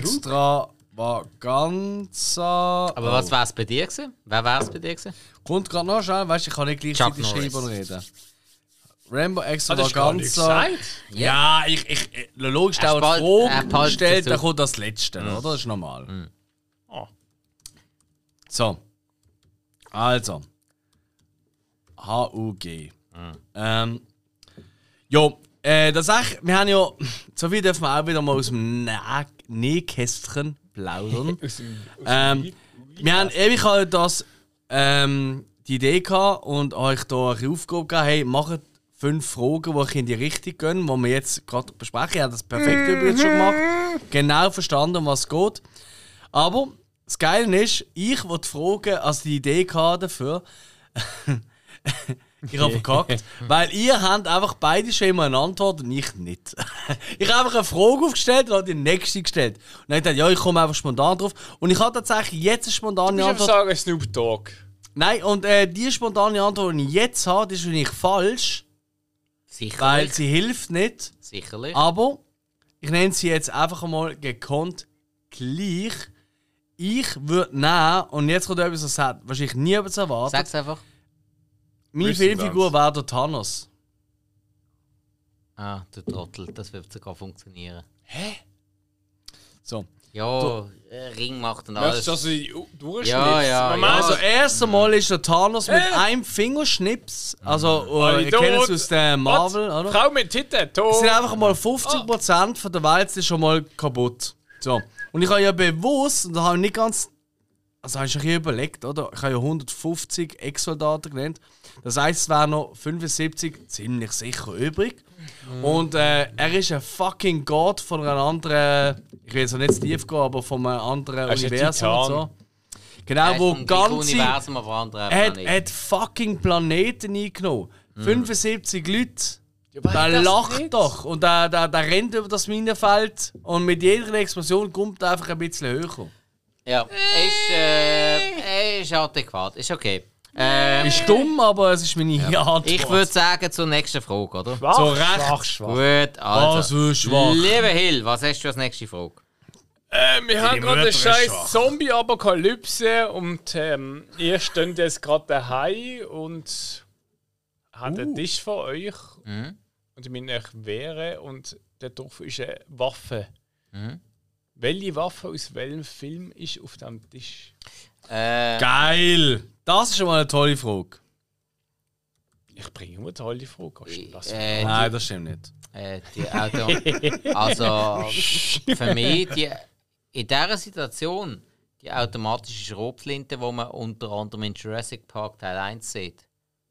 Extravaganza. Aber was wäre es bei dir gewesen? Wer wäre es bei dir gewesen? Kommt gerade noch schnell, weißt du, ich kann nicht gleichzeitig Chuck Norris. schreiben und reden. Rambo Das ist gar nicht Extravaganza. gesagt. Ja, ich logisch Er auch die spalt- er Frage spaltet stellt, dazu. dann kommt das Letzte, oder? Das ist normal. Ah. So. Also. HUG. Jo, das echt, wir haben ja, so viel dürfen wir auch wieder mal aus dem Nähkästchen plaudern. Wir haben ewig halt das, die Idee gehabt und euch da eine Aufgabe gegeben, hey, macht 5 Fragen, die euch in die Richtung gehen, die wir jetzt gerade besprechen. Ich habe das perfekt übrigens schon gemacht. Genau verstanden, um was es geht. Aber das Geile ist, ich wollte fragen, also die Idee hatte dafür. Ich habe verkackt. Weil ihr habt einfach beide schon immer eine Antwort und ich nicht. Ich habe einfach eine Frage aufgestellt und habe die nächste gestellt. Und dann habe ich gedacht, ja, ich komme einfach spontan drauf. Und ich habe tatsächlich jetzt eine spontane Ich würde Antwort. sagen Snoop Dogg. Nein, und die spontane Antwort, die ich jetzt habe, die ist wahrscheinlich falsch, weil Sicherlich. sie hilft nicht. Sicherlich. Aber ich nenne sie jetzt einfach mal gekonnt gleich. Ich würde nehmen, und jetzt kommt etwas, das hat wahrscheinlich niemand erwartet. Sag's einfach. Meine Wissen Filmfigur wäre der Thanos. Ah, du Trottel, das wird sogar funktionieren. So. Ja, Ring macht und alles. Möchtest du das durchschnitt? Ja. Also, erst einmal ist der Thanos mit einem Fingerschnips. Also, ihr kennt es aus der Marvel, oder? Frau mit Titten, Es tot. sind einfach mal 50% von der Welt ist schon mal kaputt. So. Und ich habe ja bewusst, und da habe ich nicht ganz. Also, habe ich schon hier überlegt, oder? Ich habe ja 150 Ex-Soldaten genannt. Das heisst, es wären noch 75 ziemlich sicher übrig. Und er ist ein fucking Gott von einer anderen. Ich will jetzt auch nicht zu tief gehen, aber von einem anderen Er ist ein Universum und so. Genau, Er ist wo vom ganze. Universum auf anderen Er Planeten. hat fucking Planeten eingenommen. 75 Leute. weil Der das lacht nicht- doch und der rennt über das Minenfeld und mit jeder Explosion kommt er einfach ein bisschen höher. Ja, ist adäquat, ist okay. Ist dumm, aber es ist meine Antwort. Ich würde sagen zur nächsten Frage, oder? So recht. Schwach. Gut, also. Also schwach. Lieber Hill, was hast du als nächste Frage? Wir haben gerade eine Mutter ist scheiß schwach. Zombie-Apokalypse und ihr steht jetzt gerade daheim und habt einen Tisch vor euch. Und ich meine euch wehren und da drauf ist eine Waffe. Welche Waffe aus welchem Film ist auf dem Tisch? Geil. Das ist schon mal eine tolle Frage. Ich bringe immer eine tolle Frage. Lass Nein, das stimmt nicht. Also, für mich, in dieser Situation, die automatische Schrotflinte, die man unter anderem in Jurassic Park Teil 1 sieht.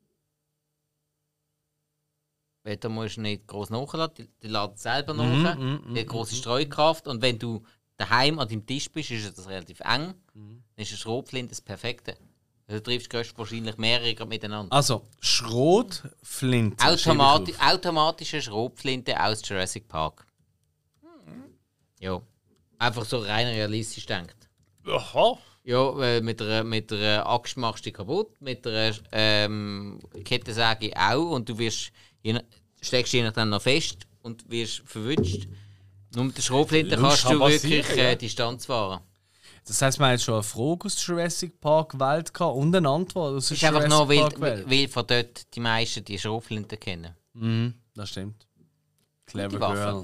Weil da musst du nicht groß nachladen, die laden selber nach, die hat grosse Streukraft und wenn du daheim an deinem Tisch bist, ist das relativ eng, dann ist eine Schrotflinte das Perfekte. Also, du triffst wahrscheinlich mehrere gerade miteinander. Also, Schrotflinte. Automatische Schrotflinte aus Jurassic Park. Ja. Einfach so rein realistisch denkt. Aha. Ja, weil mit einer Axt machst du dich kaputt, mit einer Kettensäge auch und du wirst, steckst dich dann noch fest und wirst verwünscht. Nur mit der Schrotflinte kannst du kann wirklich passieren, ja. Distanz fahren. Das heisst, wir haben jetzt schon eine Frage aus der Jurassic Park Welt gehabt und eine Antwort aus der ist einfach Jurassic nur, Park Welt. weil von dort die meisten die Schrotflinte kennen. Mhm, das stimmt. Clever Waffe.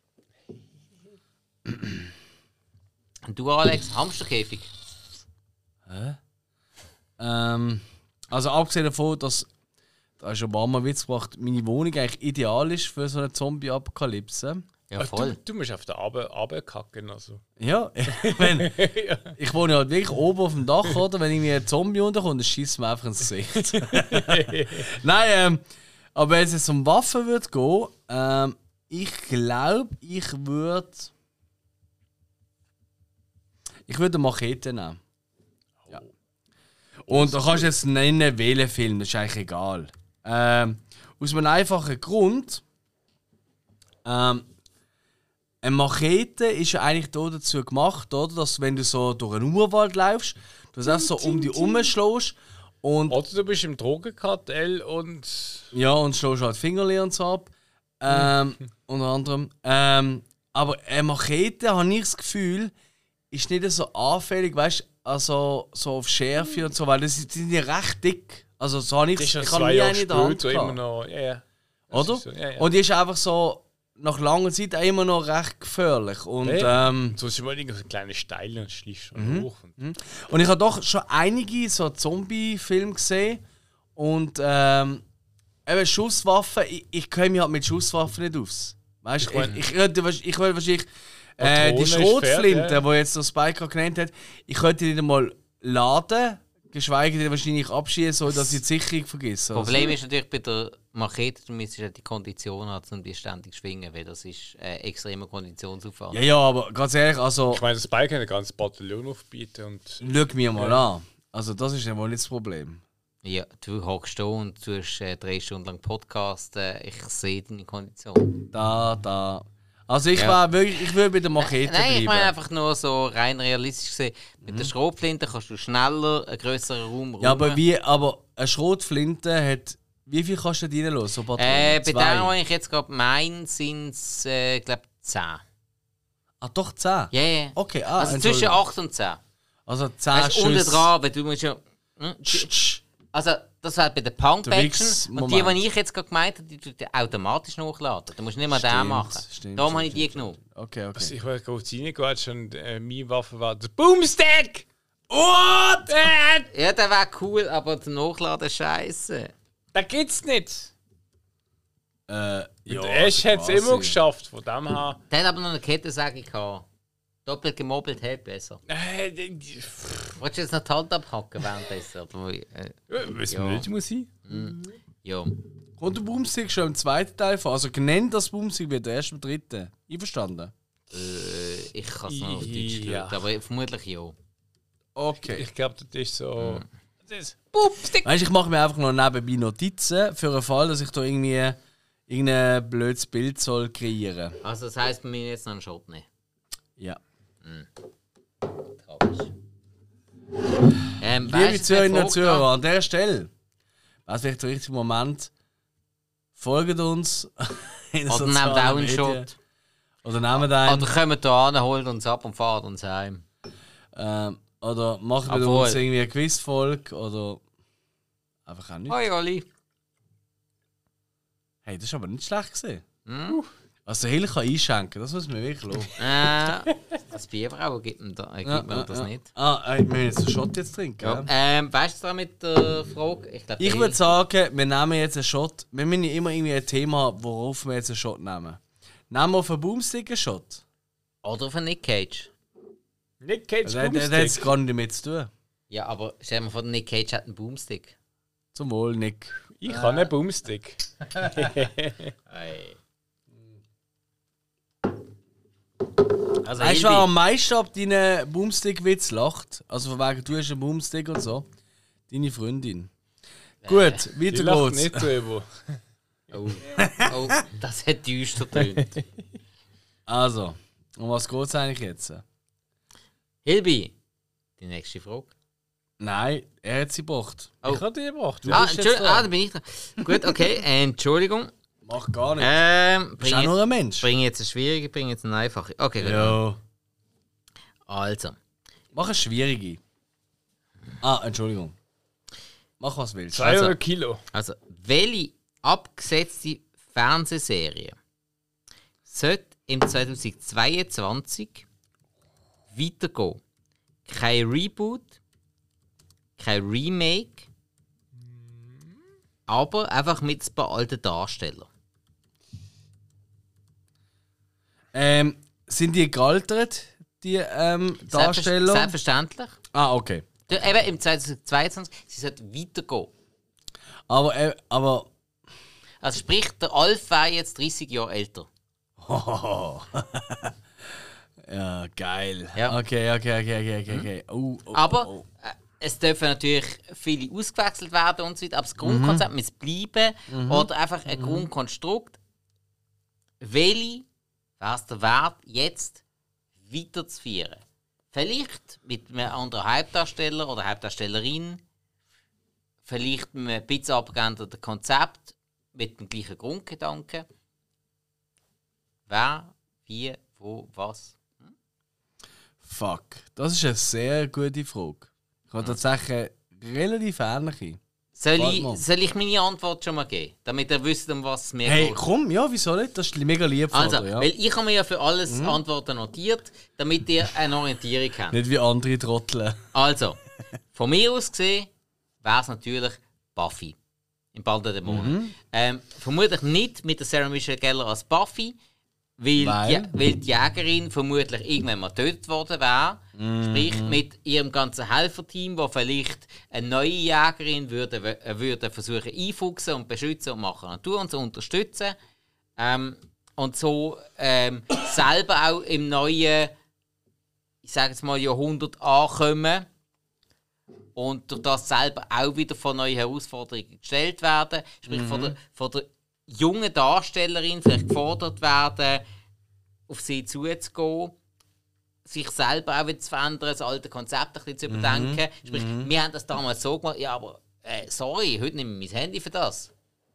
Girl. Und du, Alex, Hamsterkäfig? Also abgesehen davon, dass da ist Obama Witz gemacht, meine Wohnung eigentlich ideal ist für so eine Zombie-Apokalypse. Ja, voll. Du musst auf der runterkacken. Also. Ja, ich wohne halt wirklich oben auf dem Dach, oder? Wenn irgendwie ein Zombie unterkommt, dann schießt mir einfach ins Gesicht. Nein, aber wenn es jetzt um Waffen würde gehen, ich glaube, ich würde eine Machete nehmen. Ja. Und da kannst du jetzt nennen, welchen Film, das ist eigentlich egal. Aus einem einfachen Grund. Eine Machete ist ja eigentlich dazu gemacht, oder? Dass wenn du so durch einen Urwald läufst, du das so um dich herumschlägst und... Oder du bist im Drogenkartell und... Ja, und schlägst halt Fingerli und so ab. Unter anderem. Aber eine Machete, habe ich das Gefühl, ist nicht so anfällig, weißt du, also so auf Schärfe und so, weil die sind ja recht dick. Also so habe ich Das ist ich ja habe 2 nie Jahre eine in der Hand später immer gehabt. noch... Ja. Oder? So, ja. Und die ist einfach so nach langer Zeit auch immer noch recht gefährlich. Und, So ist mal so kleine Steile und schliefst schon hoch. und ich habe doch schon einige so Zombie-Filme gesehen. Und eben Schusswaffen, ich kenne mich halt mit Schusswaffen nicht aus. Weißt du, ich würde wahrscheinlich die Patrone ist Schrotflinte, fair, die jetzt der Spike genannt hat, ich könnte die nicht einmal laden, geschweige denn wahrscheinlich abschießen, so dass ich die Sicherung vergesse. Das Problem ist natürlich bei der Machete, du müsstest ja die Kondition haben, um die ständig zu schwingen, weil das ist extremer Konditionsaufwand. Ja, aber ganz ehrlich, also Ich meine, das Spike kann ein ganzes Bataillon aufbieten und... schau mir mal an. Also das ist ja wohl nicht das Problem. Ja, du hockst da und du hast 3 Stunden lang Podcast. Ich sehe deine Kondition. Da. Also ich Ja. ich würde bei der Machete Nein, ich bleiben. meine einfach nur so rein realistisch gesehen. Mit der Schrotflinte kannst du schneller einen grösseren Raum Ja, räumen. aber eine Schrotflinte hat... Wie viel kannst du da reinlassen? So Bei Patronen? dem, wo ich jetzt gerade meine, sind es, glaube ich, 10. Ah, doch 10? Ja, ja. Okay, Also zwischen Entschuldigung. 8 und 10. Also 10 Also unten Schüsse. dran, weil du musst ja... Tsch. Also, das wäre bei den Punk-Action. Und die, Wichs-Moment. die ich jetzt gerade gemeint habe, die tut automatisch nachladen. Da musst du nicht mal den Stimmt, machen. stimmt, Darum habe ich stimmt, die genommen. Okay. Also ich war gerade reingequatscht und meine Waffe war der Boomstick! What? Ja, der wäre cool, aber zum Nachladen scheiße. Das gibt's nicht! Ja, Der Ash hat es quasi. immer geschafft, von dem her... Der hat aber noch eine Kettensäge gehabt. Doppelt gemobbelt hält besser. Wolltest du jetzt noch die Hand abhacken währenddessen? Was Ja. man nicht muss sein? Ja. Kommt der Boomstick schon im zweiten Teil vor? Also genannt das Boomstick wird erst im dritten. Einverstanden? Ich kann es noch auf Deutsch Ja. schauen, aber vermutlich ja. Okay. Ich glaube, das ist so... Das Weißt du, ich mache mir einfach noch nebenbei Notizen für den Fall, dass ich da irgendwie irgendein blödes Bild soll kreieren. Also das heisst, wir müssen jetzt noch einen Shot nehmen. Ja. Tragisch. Liebe Weißt du, Zuhörerinnen wer und Zuhörer, an dieser Stelle, was vielleicht der richtige Moment, folgt uns in den Oder nehmt sozialen auch einen Medien. Shot. Oder nehmt einen. Oder kommt hier an, holt uns ab und fahrt uns heim. Oder macht mit Obwohl. uns irgendwie eine Quizfolge oder einfach auch nicht. Hoi Oli. Hey, das ist aber nicht schlecht gesehen. Hm? Also Hill kann einschenken, das muss man wirklich loben. Das Bierbrauer gibt mir das nicht. Wir müssen jetzt einen Shot jetzt trinken. Ja. Ja. Weißt du da mit der Frage? Ich würde sagen, wir nehmen jetzt einen Shot. Wir müssen immer irgendwie ein Thema, worauf wir jetzt einen Shot nehmen. Nehmen wir auf einen Boomstick einen Shot. Oder auf einen Nick Cage. Nick Cage Der hat es Boomstick. gar nicht damit zu tun. Ja, aber stell dir mal vor, der Nick Cage hat einen Boomstick. Zum Wohl, Nick. Ich habe einen Boomstick. Also Weißt du, wer am meisten ab deinen Boomstick-Witz lacht? Also von wegen, du hast einen Boomstick und so. Deine Freundin. Gut, Die weiter lacht geht's. nicht drüber. Oh, das hat düster getönt. Also, um was geht's eigentlich jetzt? Hilbi, die nächste Frage. Nein, er hat sie gebracht. Oh. Ich habe die gebracht. Du bist jetzt dran. Da bin ich dran. Gut, okay, Entschuldigung. Mach gar nicht. Bist auch nur ein Mensch. Bring jetzt eine schwierige, bring jetzt eine einfache. Okay, gut. Ja. Also, Mach eine schwierige. Entschuldigung. Mach was willst. 200 Kilo. Also, welche abgesetzte Fernsehserie sollte im 2022 weitergehen? Kein Reboot, kein Remake, aber einfach mit ein paar alten Darstellern. Sind die gealtert, die Darsteller? Selbstverständlich. Okay. Eben im 2022, sie sollten weitergehen. Aber Also sprich, der Alf wäre jetzt 30 Jahre älter. ja, geil. Ja. Okay. Aber es dürfen natürlich viele ausgewechselt werden und so weiter, aber das Grundkonzept muss bleiben oder einfach ein Grundkonstrukt. Welche wäre es der Wert, jetzt weiterzuführen? Vielleicht mit einem anderen Hauptdarsteller oder Hauptdarstellerin, vielleicht mit einem bisschen abgeänderten Konzept, mit dem gleichen Grundgedanken. Wer, wie, wo, was? Fuck, das ist eine sehr gute Frage. Ich habe tatsächlich relativ ähnliche. Soll ich meine Antwort schon mal geben, damit ihr wisst, um was es mir Hey, geht? komm, ja, wieso nicht? Das ist mega lieb von Also, dir, ja. weil ich habe mir ja für alles Antworten notiert, damit ihr eine Orientierung habt. Nicht wie andere Trottel. Also, von mir aus gesehen wäre es natürlich Buffy im Band der Dämonen. Vermutlich nicht mit der Sarah Michelle Gellar als Buffy, weil die Jägerin vermutlich irgendwann mal getötet worden wäre. Sprich, mit ihrem ganzen Helferteam, wo vielleicht eine neue Jägerin würde versuchen einfuchsen und beschützen und machen Natur und so unterstützen. Und so selber auch im neuen, ich sage jetzt mal, Jahrhundert ankommen und durch das selber auch wieder von neuen Herausforderungen gestellt werden. Sprich, von der jungen Darstellerin vielleicht gefordert werden, auf sie zuzugehen, sich selber auch wieder zu verändern, das alte Konzept ein bisschen zu überdenken. Sprich, wir haben das damals so gemacht, ja, aber sorry, heute nehme ich mein Handy für das.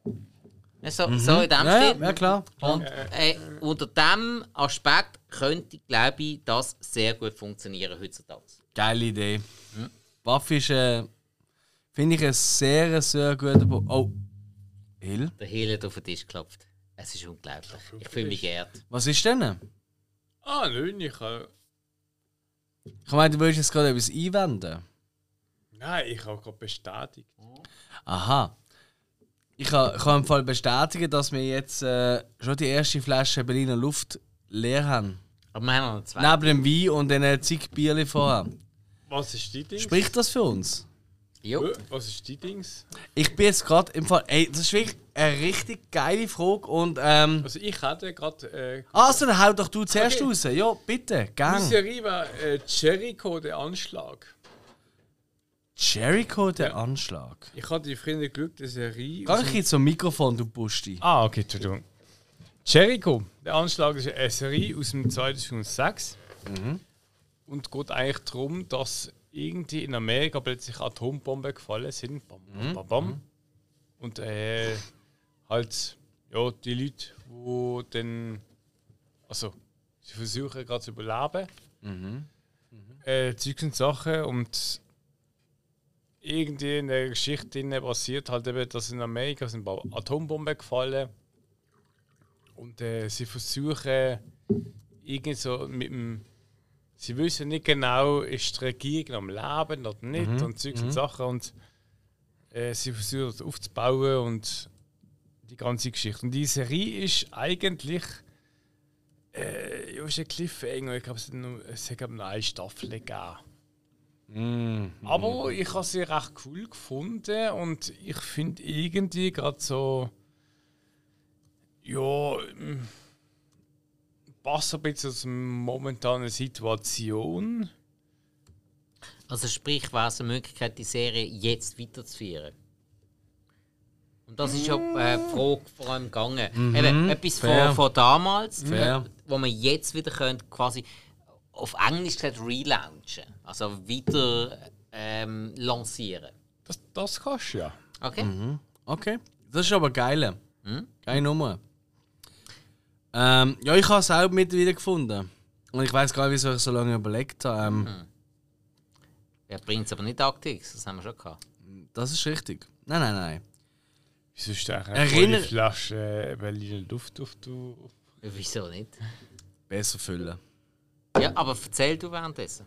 So in dem Stil. Ja, klar. Und unter diesem Aspekt könnte, glaube ich, das sehr gut funktionieren heutzutage. Geile Idee. Buffy ist, finde ich, ein sehr, sehr guter Punkt. Oh, Hill? Der Hill hat auf den Tisch geklopft. Es ist unglaublich. Ich fühle mich geehrt. Was ist denn? Nein, ich meine, du willst jetzt gerade etwas einwenden? Nein, ich habe gerade bestätigt. Aha. Ich kann im Fall bestätigen, dass wir jetzt schon die erste Flasche Berliner Luft leer haben. Aber wir haben noch zwei. Neben dem Wein und den zig Bierchen vorher. Was ist die Dings? Spricht das für uns? Jo. Was ist die Dings? Ich bin jetzt gerade im Fall. Ey, das ist wirklich eine richtig geile Frage. Und, Also ich hatte gerade... also, dann hau doch du zuerst raus. Ja, bitte, die gang. Serie war Jericho, der Anschlag. Jericho, der Anschlag. Ich hatte die Freunde Glück, der Serie... Geh ich jetzt zum Mikrofon, du Busti. Okay, Entschuldigung. Jericho, der Anschlag ist eine Serie aus dem 2006. Und geht eigentlich darum, dass irgendwie in Amerika plötzlich Atombomben gefallen sind. Bam, bam, bam, bam. Und halt, ja, die Leute, die dann. Also, sie versuchen gerade zu überleben. Zeugs und Sachen. Und irgendwie in der Geschichte passiert halt eben, dass in Amerika sind Atombomben gefallen. Und sie versuchen irgendwie so mit dem. Sie wissen nicht genau, ist die Regierung am Leben oder nicht und Zeugs und Sachen. Und sie versuchen das aufzubauen und die ganze Geschichte. Und die Serie ist eigentlich ist ein Cliffhanger. Ich glaube, es hat noch eine Staffel gegeben. Aber ich habe sie recht cool gefunden und ich finde irgendwie gerade so. Ja. Passt ein bisschen aus der momentanen Situation. Also sprich, wäre es eine Möglichkeit, die Serie jetzt weiterzuführen? Und das ist ja die Frage vor allem gegangen. Eben, etwas von damals, wo man jetzt wieder könnte, quasi auf Englisch gesagt relaunchen. Also wieder lancieren. Das kannst du ja. Okay? Okay. Das ist aber geil. Geile Nummer. Ja, ich habe es auch mittlerweile gefunden. Und ich weiß gar nicht, wieso ich so lange überlegt habe. Ja, bringt es aber nicht Arctix, das haben wir schon gehabt. Das ist richtig. Nein. Wieso ist da eine volle Flasche Berliner Luft auf du? Wieso nicht? Besser füllen. Ja, aber erzähl du währenddessen.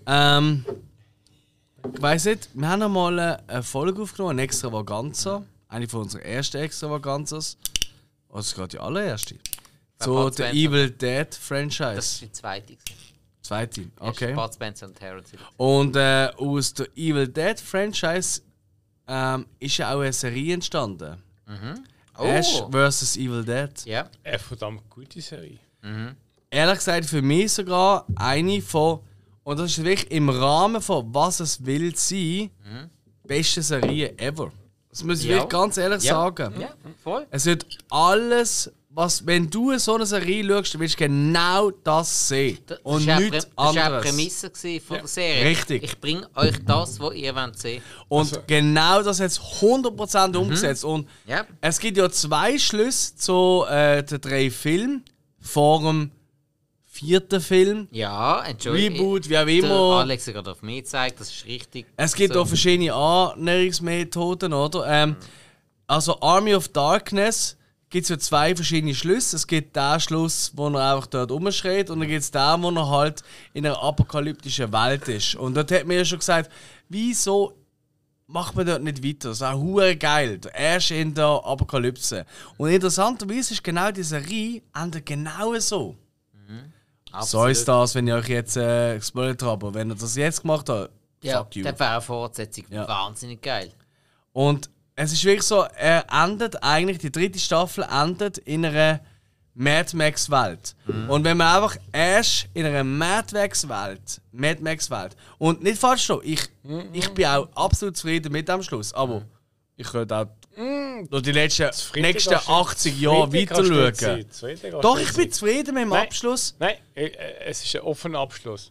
Ich weiss nicht, wir haben einmal eine Folge aufgenommen, eine Extravaganza. Eine von unseren ersten Extravaganzas. Oh, das ist gerade die allererste. So, der Evil Dead Franchise. Das ist die zweite. Zweite, okay. Bud Spencer und Terrence. Und aus der Evil Dead Franchise ist ja auch eine Serie entstanden. Ash vs. Evil Dead. Ja. Eine verdammt gute Serie. Ehrlich gesagt, für mich sogar eine von, und das ist wirklich im Rahmen von was es will sein, beste Serie ever. Das muss ich wirklich ganz ehrlich sagen. Ja, voll. Es wird alles, was, wenn du so eine Serie schaust, dann willst du genau das sehen. Und nichts Das war anderes. auch die Prämisse von der Serie. Richtig. Ich bringe euch das, was ihr wollt sehen. Und genau das hat es 100% umgesetzt. Und es gibt ja 2 Schlüsse zu den 3 Filmen vor dem 4. Film. Ja, Entschuldigung. Reboot, wie auch Der immer. Alex hat gerade auf mich gezeigt, das ist richtig. Es gibt auch verschiedene Annäherungsmethoden, oder? Also Army of Darkness gibt es ja 2 verschiedene Schlüsse. Es gibt den Schluss, wo er einfach dort rumschreit, und dann gibt es den, wo er halt in einer apokalyptischen Welt ist. Und dort hat man ja schon gesagt, wieso macht man dort nicht weiter? Das ist auch hure geil. Der Ash in der Apokalypse. Und interessanterweise ist genau diese Serie endet genau so. So ist das, wenn ich euch jetzt gespoilert habe. Aber wenn er das jetzt gemacht hat, fuck you. Das wäre eine Fortsetzung. Wahnsinnig geil. Und es ist wirklich so, er endet eigentlich, die 3. Staffel endet in einer Mad Max Welt. Und wenn man einfach Ash in einer Mad Max Welt, und nicht falsch so, ich bin auch absolut zufrieden mit dem Schluss, aber ich könnte auch noch die nächsten 80 Jahre weiter schauen. Doch, ich bin zufrieden mit dem Abschluss. Nein, es ist ein offener Abschluss.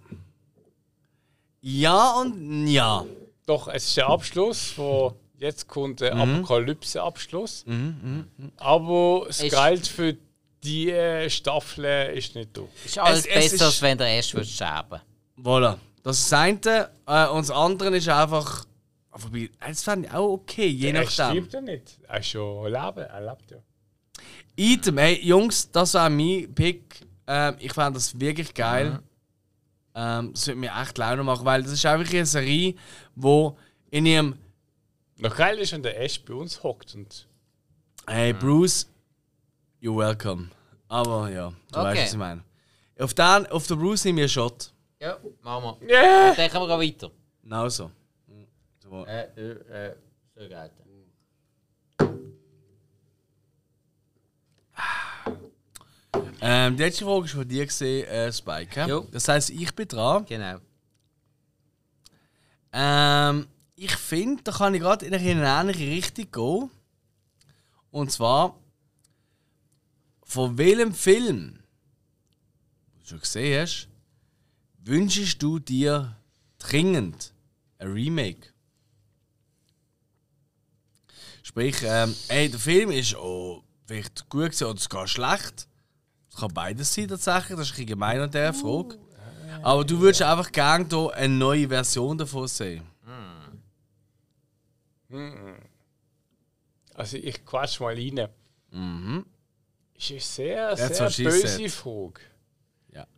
Ja und ja. Doch, es ist ein Abschluss, wo jetzt kommt der Apokalypse-Abschluss. Aber es gilt für die Staffel ist nicht da. Ist alles besser, als wenn der Ash würde sterben. Voilà. Das ist das eine. Und das andere ist einfach. Wobei, das fände ich auch okay, je nachdem. Er stirbt ja nicht. Er ist schon leben. Er lebt ja. Item, hey Jungs, das war mein Pick. Ich fand das wirklich geil. Das würde mir echt Laune machen, weil das ist einfach eine Serie, wo in ihrem. Noch geil ist, wenn der Ash bei uns hockt und. Hey Bruce, you're welcome. Aber ja, du weißt, was ich meine. Auf den Bruce nehme ich einen Shot. Ja, machen wir. Yeah. Dann können wir weiter. Genau so. So geil. Die letzte Frage war von dir gesehen, Spike. Jo. Das heisst, ich bin dran. Genau. Ich finde, da kann ich gerade in eine ähnliche Richtung gehen. Und zwar, von welchem Film, den du schon gesehen hast, wünschst du dir dringend ein Remake? Sprich, der Film ist vielleicht gut gewesen oder sogar schlecht. Das kann beides sein tatsächlich, das ist ein bisschen gemein an dieser Frage. Aber du würdest einfach gerne hier eine neue Version davon sehen. Also ich quatsch mal rein. Ist eine sehr That's böse Frage. Ja.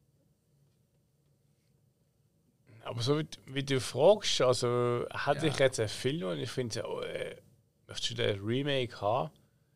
Aber so wie du fragst, also hätte ich jetzt einen Film und ich finde, möchtest du den Remake haben?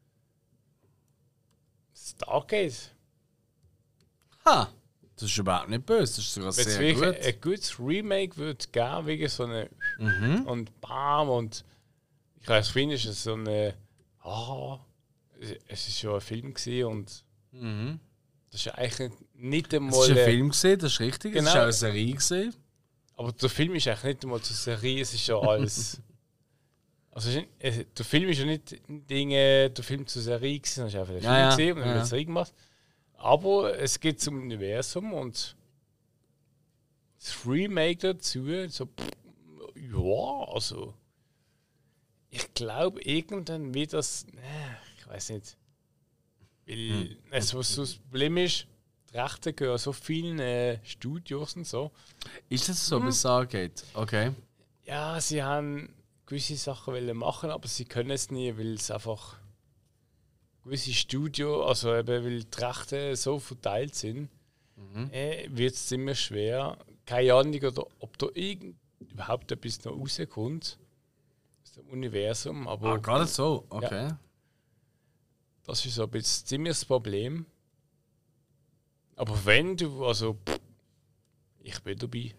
Stargate. Ha! Das ist überhaupt nicht böse, das ist sogar Wenn es sehr gut. ein gutes Remake würde geben, wegen so eine und bam und ich weiß, finde ist es so eine es ist schon ein Film gewesen und das ist ja eigentlich nicht einmal. Es ist ein Film gesehen, das ist richtig. Genau. Es ist auch eine Serie gesehen. Aber der Film ist eigentlich nicht einmal zur Serie, es ist ja alles. Also der Film ist ja nicht der Film zur Serie gewesen, es ist einfach ein Film gesehen und dann wird es Serie gemacht. Aber es geht zum Universum und das Remake dazu, so, ja, also. Ich glaube, irgendwann wird das. Ich weiß nicht. Weil was so das Problem ist, die Rechte gehören so vielen Studios und so. Ist das so, bis es angeht? Okay. Ja, sie haben gewisse Sachen wollen machen, aber sie können es nie, weil es einfach gewisse Studio, also eben weil die Rechte so verteilt sind, wird es ziemlich schwer. Keine Ahnung, oder ob da überhaupt etwas noch rauskommt aus dem Universum. Aber gerade so, okay. Ja, das ist so ein bisschen ziemlich das Problem. Aber wenn du, also ich bin dabei.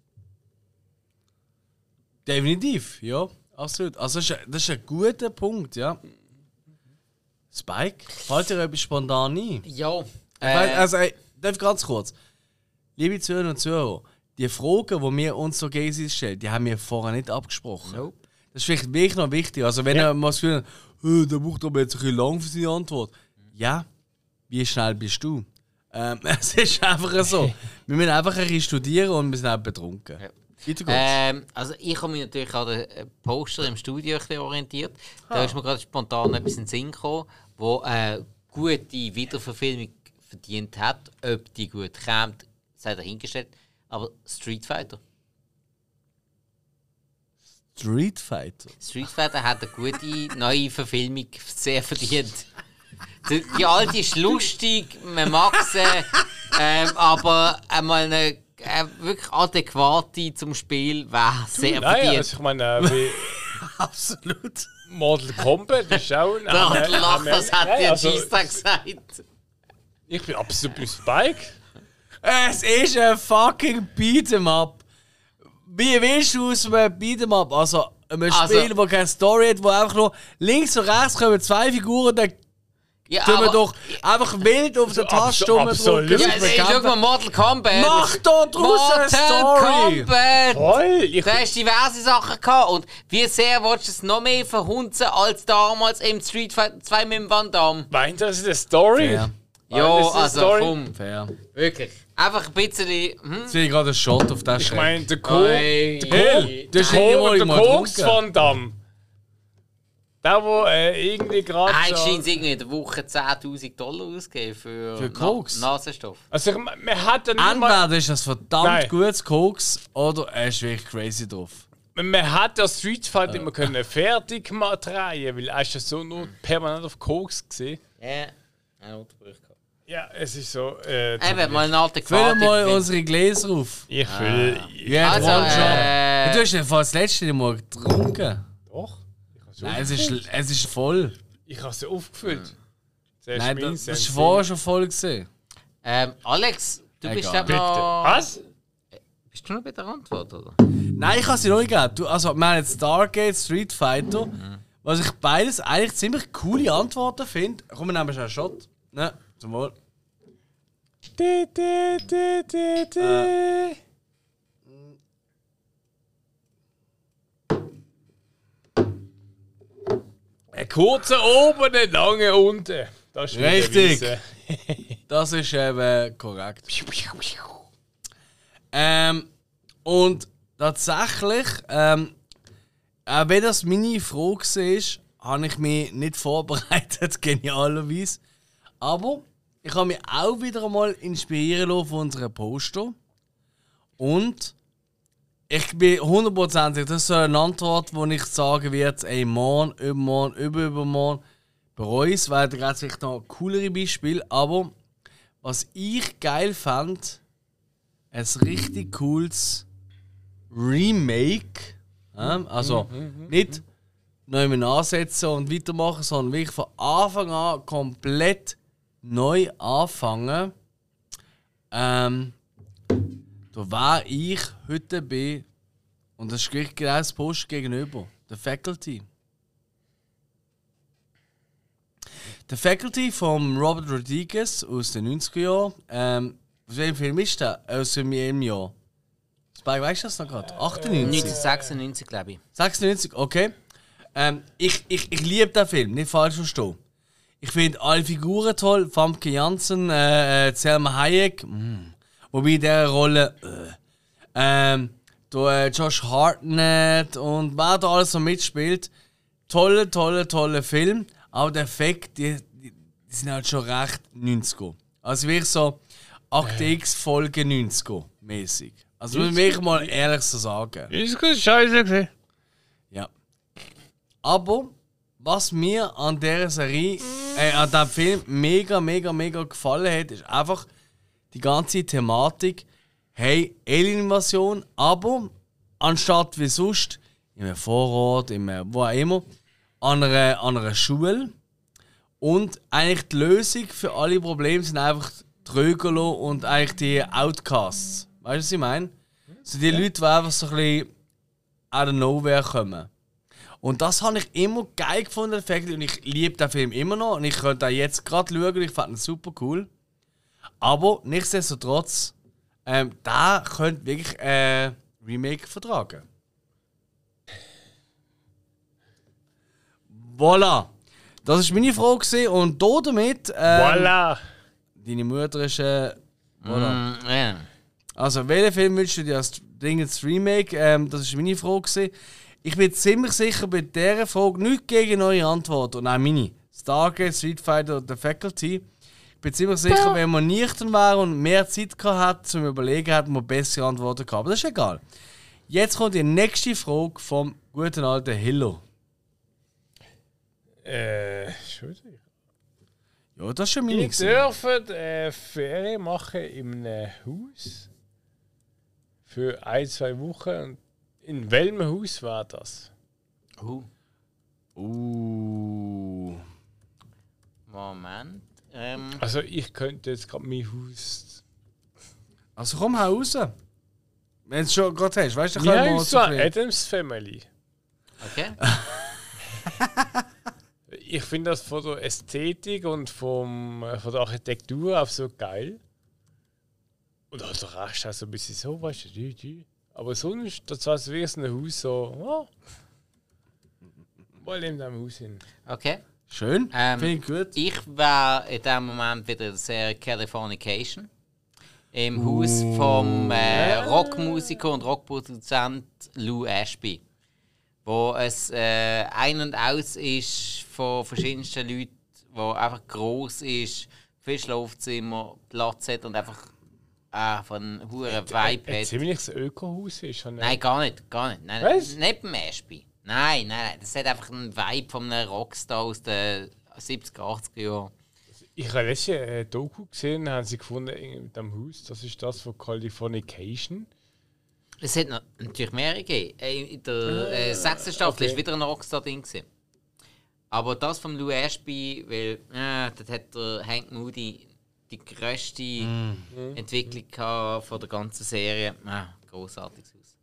Definitiv, ja, absolut. Also das ist ein guter Punkt, ja. Spike, fällt dir etwas spontan ein? Ja. Also, darf ich ganz kurz. Liebe Zuhörer und Zuhörer, die Fragen, die wir uns so gegenseitig stellen, die haben wir vorher nicht abgesprochen. Nope. Das ist vielleicht wirklich noch wichtig. Also wenn ihr mal das Gefühl habt, der braucht aber jetzt ein bisschen lang für seine Antwort. Ja, wie schnell bist du? Es ist einfach so. Wir müssen einfach ein bisschen studieren und wir sind auch betrunken. Ja. Weiter geht's. Also ich habe mich natürlich an den Poster im Studio ein bisschen orientiert. Da ist mir gerade spontan etwas in den Sinn gekommen, wo eine gute Wiederverfilmung verdient hat. Ob die gut kommt, sei dahingestellt. Aber Street Fighter. Street Fighter hat eine gute neue Verfilmung sehr verdient. Die alte ist lustig, man mag sie, aber einmal eine wirklich adäquate zum Spiel wäre sehr verdient. Also ich meine, wie absolut. Mortal Kombat ist auch ein das hat dir Gista gesagt. Ich bin absolut bei Spike. Es ist ein fucking Beat'em Up. Wie willst du aus einem Beat'em Up? Also einem Spiel, das keine Story hat, wo einfach nur links und rechts kommen zwei Figuren, dann tun wir doch einfach wild auf der Taste drücken. Ja, schau mal, Mortal Kombat. Mach doch draus eine Story! Kombat! Voll! Du hast diverse Sachen gehabt. Und wie sehr willst du es noch mehr verhunzen als damals im Street Fighter 2 mit dem Van Damme? Meint das ist eine Story? Fair. Ja, also komm. Fair. Wirklich. Einfach ein bisschen... Jetzt will ich gerade einen Shot auf den Ich Schreck. meine, der Koks Van Damme. Der, der irgendwie gerade. Scheint irgendwie in der Woche $10.000 ausgegeben für Koks? Nasenstoff. Also, man hat dann entweder ist das verdammt gutes Koks oder er ist wirklich crazy drauf. Man hat ja Street Fighter immer können fertig drehen, weil er ist ja so nur permanent auf Koks gesehen. Ja, ein Unterbruch gehabt. Ja, es ist so. Eben, mal einen alten Füllen mal unsere Gläser auf. Ich fühle. Ja, also, du hast ja fast das letzte Mal getrunken. Doch. Nein, es ist voll. Ich habe sie aufgefüllt. Nein, das war vorher schon voll gesehen. Alex, du bist ja noch... Was? Bist du noch bei der Antwort, oder? Nein, ich habe sie noch nicht gegeben. Also, wir haben jetzt Stargate, Street Fighter. Was ich beides eigentlich ziemlich coole Antworten finde. Komm, wir nehmen schon einen Shot. Ne, zum Wohl. Ein kurzer oben, ein langer unten. Das ist richtig. Das ist eben korrekt. Und tatsächlich, auch wenn das meine Frage war, habe ich mich nicht vorbereitet, genialerweise. Aber ich habe mich auch wieder einmal inspirieren lassen von unseren Poster. Und ich bin 100%, das ist so eine Antwort, wo ich sagen werde, ey, morgen, übermorgen, übermorgen, bei uns wäre da gerade vielleicht noch ein coolere Beispiel, aber was ich geil fand, ein richtig cooles Remake, also nicht neu ansetzen und weitermachen, sondern wirklich von Anfang an komplett neu anfangen. Da war ich heute bei, und das ist gleich genau das Post gegenüber, der Faculty. Der Faculty von Robert Rodriguez aus den 90er Jahren. Was für ein Film ist der? Aus dem Jahr? Spike, weißt du das noch gerade? 98? 1996, glaube ich. 96, okay. Ich liebe den Film, nicht falsch verstehen. Ich finde alle Figuren toll. Famke Janssen, Selma Hayek. Wobei in dieser Rolle. Josh Hartnett und wer da alles so mitspielt. Tolle Film. Aber der Effekt, die sind halt schon recht 90er. Also wirklich so Akte X Folge 90er mäßig. Also muss ich mal ehrlich so sagen. Ist gut, scheiße gewesen. Ja. Aber was mir an dieser Serie, an diesem Film mega gefallen hat, ist einfach die ganze Thematik. Hey, Alien-Invasion, aber anstatt wie sonst, in einem Vorort, wo auch immer, an einer Schule. Und eigentlich die Lösung für alle Probleme sind einfach die Trögerlo und eigentlich die Outcasts. Weißt du, was ich meine? So die Leute, die einfach so ein bisschen out of nowhere kommen. Und das habe ich immer geil gefunden, und ich liebe den Film immer noch. Und ich könnte auch jetzt gerade schauen, ich fand ihn super cool. Aber nichtsdestotrotz, der könnte wirklich Remake vertragen. Voilà! Das war meine Frage und damit. Voilà! Deine Mutter ist. Voilà. Ja. Also, welchen Film willst du dir als dringendes Remake? Das war meine Frage. Ich bin ziemlich sicher bei dieser Frage nicht gegen eure Antwort und auch meine. Stargate, Street Fighter oder The Faculty. Ich bin ziemlich sicher, wenn man nüchtern wäre und mehr Zeit gehabt hat zum Überlegen, hätte man bessere Antworten gehabt. Aber das ist egal. Jetzt kommt die nächste Frage vom guten alten Hillo. Entschuldigung. Ja, das ist schon meine. Wir dürfen Ferien machen in einem Haus. Für 1-2 Wochen. In welchem Haus war das? Moment. Also ich könnte jetzt gerade mein Haus... Also komm, hau raus. Wenn du es schon gerade hast, weißt du, Wir haben zwar Adams Family. Okay. Ich finde das von der Ästhetik und von der Architektur auch so geil. Und auch der Rest auch so ein bisschen so, weißt du, aber sonst, das war wirklich so ein Haus so, mal in diesem Haus hin. Okay. Schön, finde ich gut. Ich war in diesem Moment wieder sehr Californication. Im Haus vom Rockmusiker und Rockproduzent Lou Ashby. Wo es ein und aus ist von verschiedensten Leuten, wo einfach gross ist, viel Schlafzimmer, Platz hat und einfach von einem hohen Vibe hat. Ziemlich ein Ökohaus ist. Nein, gar nicht. Nein, was? Nicht beim Ashby. Nein. Das hat einfach einen Vibe von einem Rockstar aus den 70er, 80er Jahren. Ich habe letztens ein Doku gesehen, haben sie gefunden in diesem Haus. Das ist das von Californication. Es hat natürlich mehrere gegeben. In der 6. Staffel war wieder ein Rockstar drin. Aber das von Lou Ashby, weil dort hat der Hank Moody die grösste Entwicklung von der ganzen Serie. Grossartiges Haus.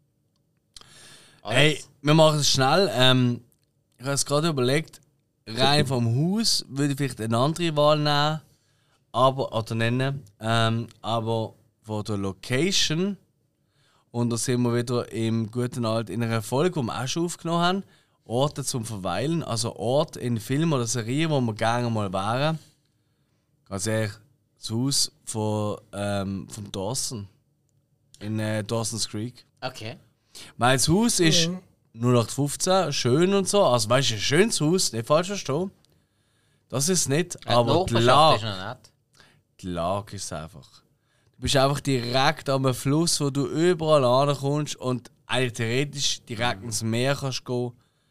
Hey, wir machen es schnell. Ich habe es gerade überlegt, rein vom Haus würde ich vielleicht eine andere Wahl nehmen, aber von der Location. Und da sind wir wieder im guten Alt in einer Folge, die wir auch schon aufgenommen haben. Orte zum Verweilen, also Orte in Filmen oder Serien, wo wir gerne mal wären. Ganz ehrlich, das Haus von Dawson. In Dawson's Creek. Okay. Mein Haus ist 0815, schön und so. Also weißt du, ein schönes Haus, nicht falsch verstehen. Das ist nicht, aber die Lage ist einfach. Du bist einfach direkt am Fluss, wo du überall ankommst und eigentlich theoretisch direkt ins Meer kannst gehen.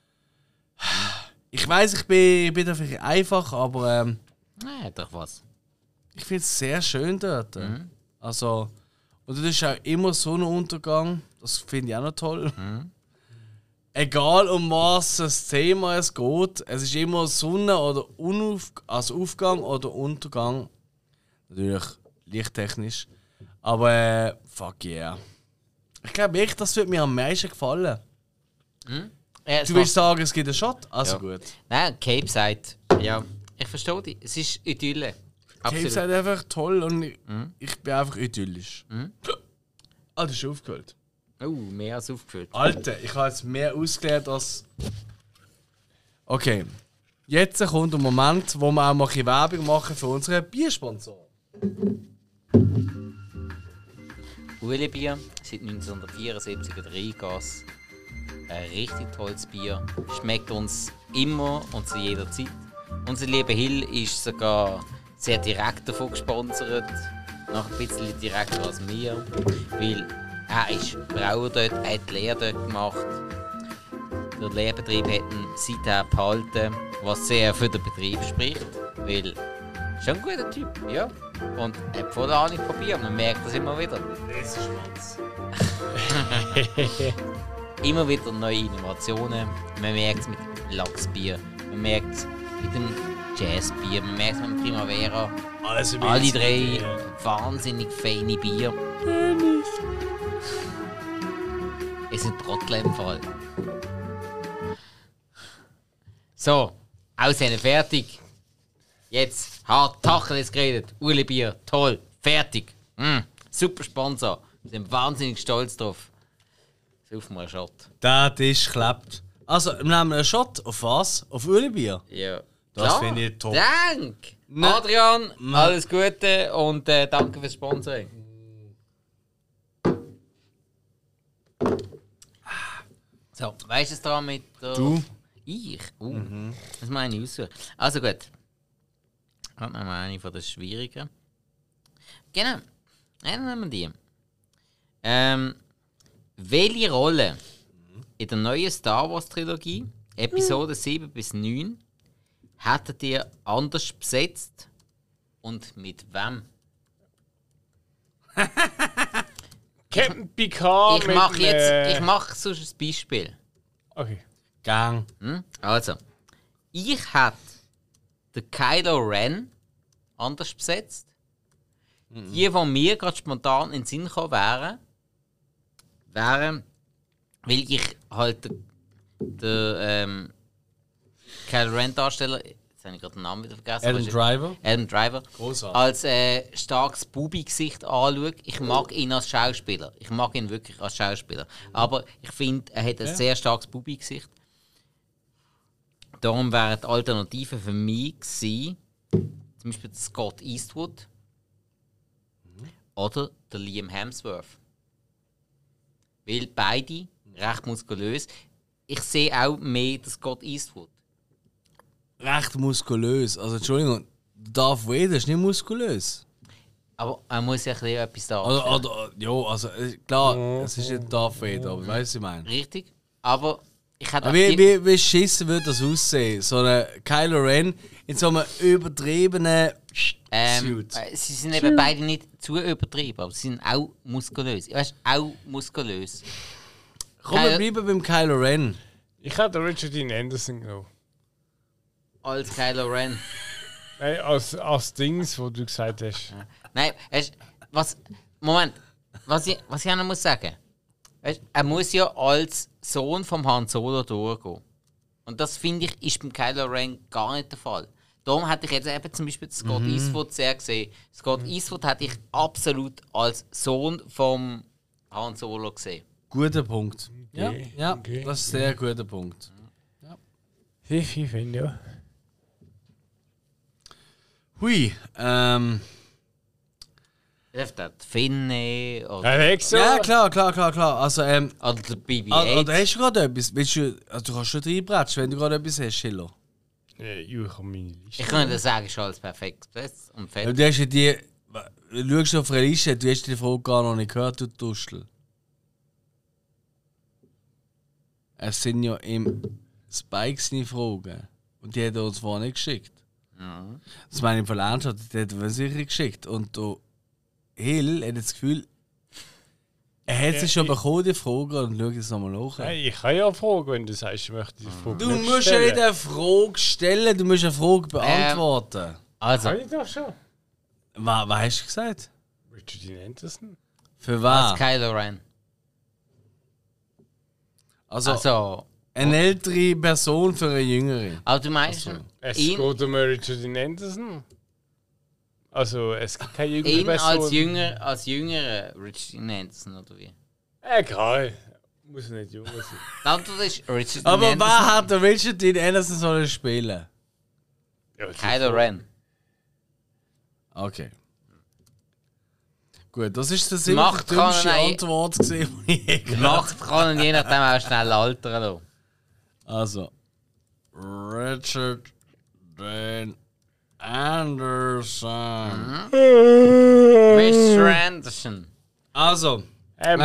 Ich weiss, ich bin da vielleicht einfach, aber Nein, doch was. ich finde es sehr schön dort. Also, und das ist auch immer Sonnenuntergang, das finde ich auch noch toll. Egal um was das Thema es geht, es ist immer Sonne- oder Aufgang oder Untergang. Natürlich lichttechnisch. Aber fuck yeah. Ich glaube echt, das wird mir am meisten gefallen. Du willst sagen, es gibt einen Shot? Also gut. Nein, Cape Side. Ja, ich verstehe dich. Es ist Idylle. Cape Side einfach toll und ich bin einfach idyllisch. Alter, ist aufgehört. Mehr als aufgefüllt. Alter, ich habe jetzt mehr ausgelernt als. Okay. Jetzt kommt der Moment, wo wir auch mal ein Werbung machen für unseren Biersponsor. Ueli Bier, seit 1974 in der Rheingasse. Ein richtig tolles Bier. Schmeckt uns immer und zu jeder Zeit. Unser lieber Hill ist sogar sehr direkt davon gesponsert. Noch ein bisschen direkter als wir. Weil Er ist Brauer dort, er hat die Lehre dort gemacht. Der Lehrbetrieb hat ihn seither behalten, was sehr für den Betrieb spricht, weil er ist ein guter Typ, ja. Und er hat voll Ahnung von Bier, man merkt das immer wieder. Das ist Schwanz. Immer wieder neue Innovationen. Man merkt es mit dem Lachsbier, man merkt es mit dem Jazzbier, man merkt es mit dem Primavera. Alles über Alle drei wahnsinnig feine Bier. Es sind Trottel im Fall. So, Aussehen fertig. Jetzt hart Tacheles geredet. Uli Bier, toll, fertig. Super Sponsor. Wir sind wahnsinnig stolz drauf. Sauf mal einen Shot. Der Tisch klebt. Also, wir nehmen einen Shot auf was? Auf Ölbier? Ja. Das finde ich top. Danke! Ne- Adrian, alles Gute und danke fürs Sponsoring. So, weißt du es dran mit der... Du? Ich? Das meine ich aussuchen. Also gut. Dann nehmen wir eine von den schwierigen. Genau. Dann nehmen wir die. Welche Rolle in der neuen Star Wars Trilogie, Episode 7 bis 9, hättet ihr anders besetzt und mit wem? Captain Picard Ich mache sonst ein Beispiel. Okay. Gang. Also, ich hätte den Kylo Ren anders besetzt. Die mir gerade spontan in den Sinn gekommen wären, weil ich halt den Kylo Ren Darsteller, jetzt habe ich gerade den Namen wieder vergessen. Adam Driver. Großartig. Als starkes Bubi-Gesicht anschaue. Ich mag ihn als Schauspieler. Ich mag ihn wirklich als Schauspieler. Aber ich finde, er hat ein sehr starkes Bubi-Gesicht. Darum wären die Alternativen für mich gewesen, zum Beispiel Scott Eastwood oder der Liam Hemsworth. Weil beide recht muskulös. Ich sehe auch mehr den Scott Eastwood. Recht muskulös. Also, Entschuldigung, Darth Vader ist nicht muskulös. Aber er muss ja ein bisschen etwas da. Also, klar, es ist nicht Darth Vader, aber weißt du, was ich meine? Richtig. Aber ich hätte Aber wie schissen würde das aussehen? So ein Kylo Ren in so einem übertriebenen Suit. Sie sind eben beide nicht zu übertrieben, aber sie sind auch muskulös. Weißt du, auch muskulös. Komm, wir bleiben beim Kylo Ren. Ich hätte Richard Dean Anderson genommen. Als Kylo Ren. Nein, als Dings, wo du gesagt hast. Ja. Nein, Moment. Was ich auch noch muss sagen. Weißt, er muss ja als Sohn vom Han Solo durchgehen. Und das finde ich ist beim Kylo Ren gar nicht der Fall. Darum hätte ich jetzt eben zum Beispiel Scott Eastwood sehr gesehen. Scott Eastwood hätte ich absolut als Sohn vom Han Solo gesehen. Guter Punkt. Okay, Ja, okay. das ist ein sehr guter Punkt. Wie finde ich? Hui, Der Finne oder, ja, klar. Also, oder der BB-8. oder hast du gerade etwas? Du kannst schon reinbretschen, wenn du gerade etwas hast, Schiller. Ja, ich habe meine Liste. Ich könnte sagen, schon als perfekt besetzt und Weil fertig. du hast ja die. Du schaust auf eine Liste, du hast die Frage gar noch nicht gehört, du Duschel. Es sind ja im Spike seine Fragen. Und die hat er uns vorher nicht geschickt. Ja. Das meine ich verlernt hat, die hat er sicher geschickt. Und der Hill hat das Gefühl, er hat sie schon bekommen, die Frage, und schau jetzt nochmal nach. Nein, ich kann ja fragen, wenn du sagst, ich möchte die Frage Du nicht musst ja stellen. nicht eine Frage stellen, du musst eine Frage beantworten. Also, Kann ich doch schon. Was hast du gesagt? Richard Dean Anderson? Für als was? Kylo Ren. Also, eine ältere Person für eine jüngere. aber du meinst Es ihn, geht um Richard Dean Anderson. Also, es gibt keine jüngere ihn Person. als jüngerer Richard Dean Anderson, oder wie? Egal. Muss nicht jung sein. Die Antwort ist Richard Dean Aber Anderson. wer hat der Richard Dean Anderson sollen spielen? Ja, Kylo Ren. Okay. Gut, das ist die Macht kann dümmste er- Antwort gesehen, die ich je Die Macht kann ihn je nachdem auch schnell altern lassen. Also, Richard Dean Anderson. Mr. Anderson. Also, Hey,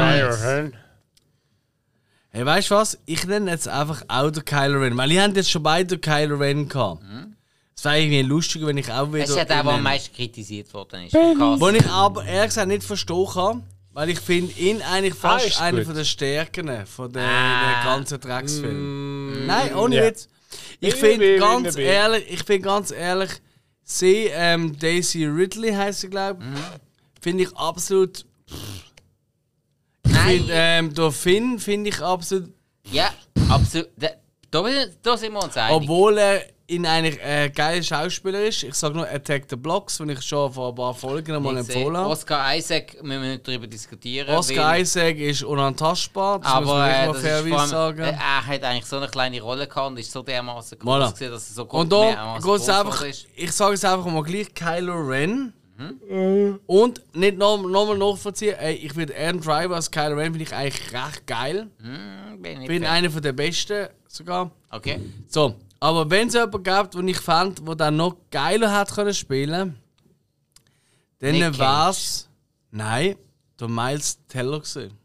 weißt du was? Ich nenne jetzt einfach auch den Kylo Ren, weil ich habe jetzt schon beide Kylo Ren gehabt. Es wäre irgendwie lustiger, wenn ich auch wieder. Es ist ja der, der am meisten kritisiert worden ist. Wo ich aber ehrlich gesagt nicht verstehen kann, weil ich finde ihn eigentlich fast einer von den Stärken von den ganzen Drecksfilmen. Nein, ohne Witz. Ich finde ganz ehrlich, sie, Daisy Ridley heisst sie, glaube ich, finde ich absolut. Ich finde, der Finn finde ich absolut. Ja, absolut. Da sind wir uns einig. Obwohl er eigentlich ein geiler Schauspieler ist. Ich sage nur Attack the Blocks, den ich schon vor ein paar Folgen einmal empfohlen habe. Oscar Isaac müssen wir nicht darüber diskutieren. Oscar Isaac ist unantastbar, das muss man wirklich fairerweise sagen. Er hat eigentlich so eine kleine Rolle gehabt und ist so dermaßen groß gewesen, dass er so und da geht's einfach, ich sage es einfach mal gleich, Kylo Ren. Und nicht nochmal nachvollziehen, ich finde Adam Driver als Kylo Ren finde ich eigentlich recht geil. Bin einer von der besten sogar. Okay. So, aber wenn es jemanden gibt, den ich fand, der dann noch geiler hätte können spielen, dann war es der Miles Teller gewesen.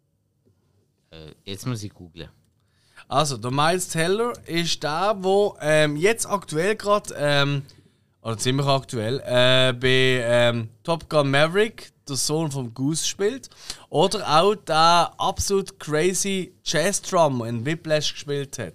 Jetzt muss ich googlen. Also, der Miles Teller ist der, der jetzt aktuell gerade oder ziemlich aktuell, bei Top Gun Maverick, der Sohn vom Goose spielt. Oder auch der absolut crazy Jazz-Drummer in Whiplash gespielt hat.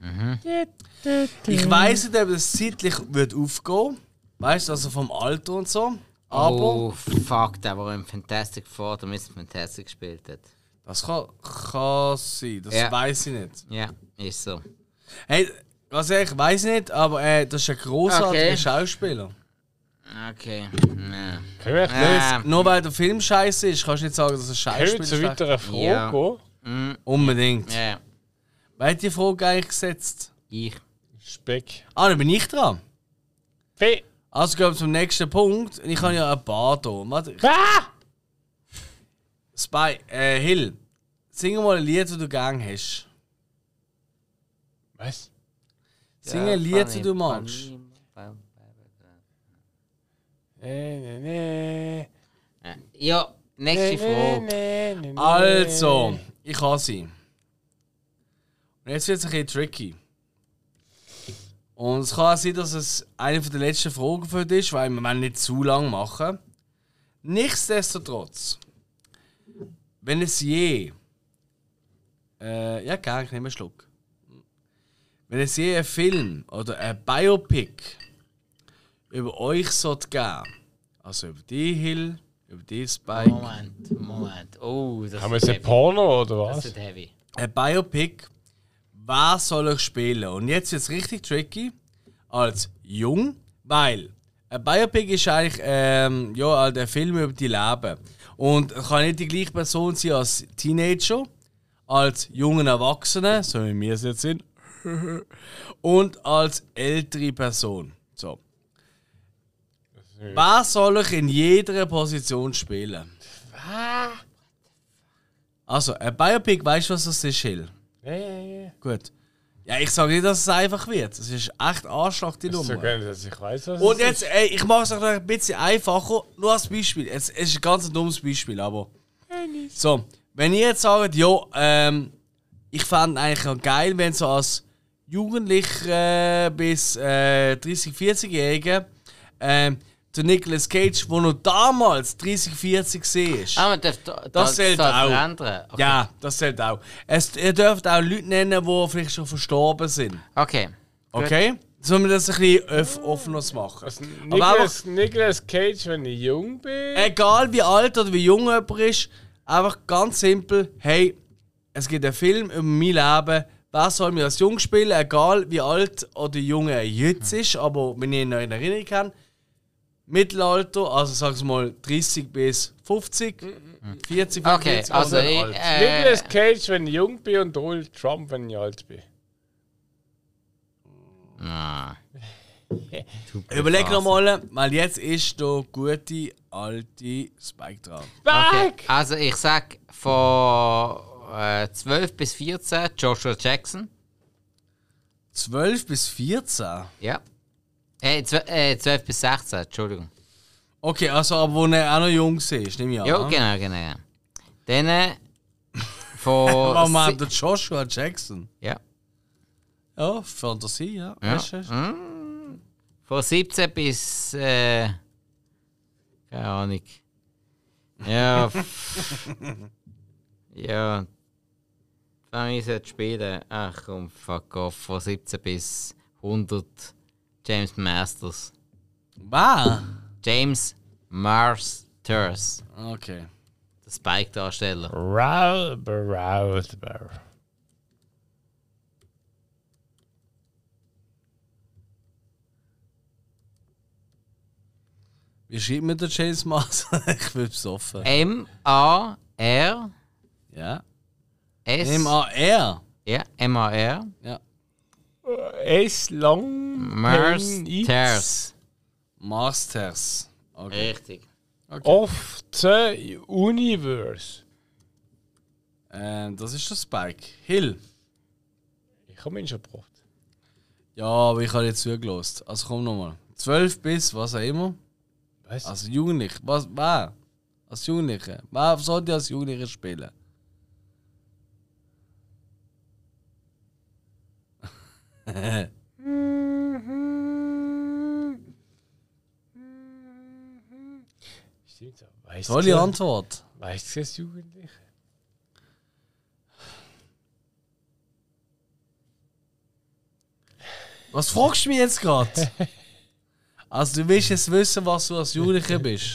Ich weiss nicht, ob das zeitlich wird aufgehen. Weißt du, also vom Alter und so. Aber oh, fuck, der, der im Fantastic Four, der Mr. Fantastic gespielt hat. Das kann sein, das weiss ich nicht. Ja, ist so. Hey, was ich weiß nicht, aber das ist ein großartiger Schauspieler. Okay. Nur weil der Film scheiße ist, kannst du nicht sagen, dass er Schauspieler ist. Können wir zu weiteren Fragen gehen? Unbedingt. Ja. Wer hat die Frage eigentlich gesetzt? Ich. Speck. Dann bin ich dran. Also gehen wir zum nächsten Punkt. Ich habe ja ein paar hier. Hill, sing mal ein Lied, das du gerne hast. Was? Sing ein Lied, das du magst. Ja, nächste Frage. Also, ich habe sie. Und jetzt wird es ein bisschen tricky. Und es kann auch sein, dass es eine der letzten Fragen für dich ist, weil wir nicht zu lang machen. Nichtsdestotrotz, wenn es je. Ja, gerne, ich nehme einen Schluck. Wenn es je einen Film oder ein Biopic über euch sollte geben, also über die Hill, über die Spike. Moment. Oh, das haben wir ein Porno oder was? Das ist heavy. Ein Biopic, wer soll ich spielen? Und jetzt wird es richtig tricky als jung, weil ein Biopic ist eigentlich ein Film über die Leben. Und kann nicht die gleiche Person sein als Teenager, als jungen Erwachsenen, so wie wir es jetzt sind, und als ältere Person. So. Wer soll ich in jeder Position spielen? Also, ein Biopic, weißt du, was das ist, Hill? Ja. Gut. Ja, ich sage nicht, dass es einfach wird. Es ist echt Anschlag, die Nummer. So gerne, dass ich weiß, was und jetzt, ich mache es noch ein bisschen einfacher, nur als Beispiel. Es ist ein ganz dummes Beispiel, aber. So, wenn ihr jetzt sagt, ich fände eigentlich noch geil, wenn so als Jugendlicher bis 30, 40-Jährige der Nicolas Cage, der noch damals 30, 40 war. Man darf das zählt auch. Okay. Ja, das zählt auch. Ihr dürft auch Leute nennen, die vielleicht schon verstorben sind. Okay. Okay? Sollen wir das ein bisschen offener machen? Also Nicolas Cage, wenn ich jung bin? Egal wie alt oder wie jung jemand ist, einfach ganz simpel, hey, es gibt einen Film über mein Leben, wer soll mir als jung spielen, egal wie alt oder jung er jetzt ist, aber wenn ich ihn noch in Erinnerung habe, Mittelalter, also sagen wir mal 30 bis 50, 40, 50. Okay, also Nicolas Cage, wenn ich jung bin und Donald Trump, wenn ich alt bin. Überleg noch mal, weil jetzt ist der gute alte Spike dran. Okay. Also ich sag von 12 bis 14 Joshua Jackson. 12 bis 14? Ja. 12 bis 16, Entschuldigung. Okay, also aber wo er auch noch jung ist, nehme ich an. Ja, genau. Dann von... Moment, der Joshua Jackson. Ja. Ja, Fantasie, ja. Ja. Weißt du? Von 17 bis... keine Ahnung. Ja. Ja. Wenn ich spielen, ach komm, fuck off. Von 17 bis 100 James Masters. Wer? James Masters. Okay. Der Spike-Darsteller. Rausber. Wie schreibt man den James Master? Ich bin besoffen. M-A-R-S. Ja. M-A-R. Ja, M-A-R. Ja. S lang. Masters. Masters. Okay. Richtig. Of the Universe. Das ist der Spike. Hill. Ich habe ihn schon gebraucht. Ja, aber ich habe jetzt zugelassen. Also komm nochmal. 12 bis was auch immer. Was? Also Jugendlich. Was? Wer? Als Jugendliche. Wer sollte als Jugendliche spielen? Stimmt so. Weißt Tolle Antwort. Weißt du das Jugendliche? Was fragst du mich jetzt gerade? Also du willst jetzt wissen, was du als Jugendlicher bist.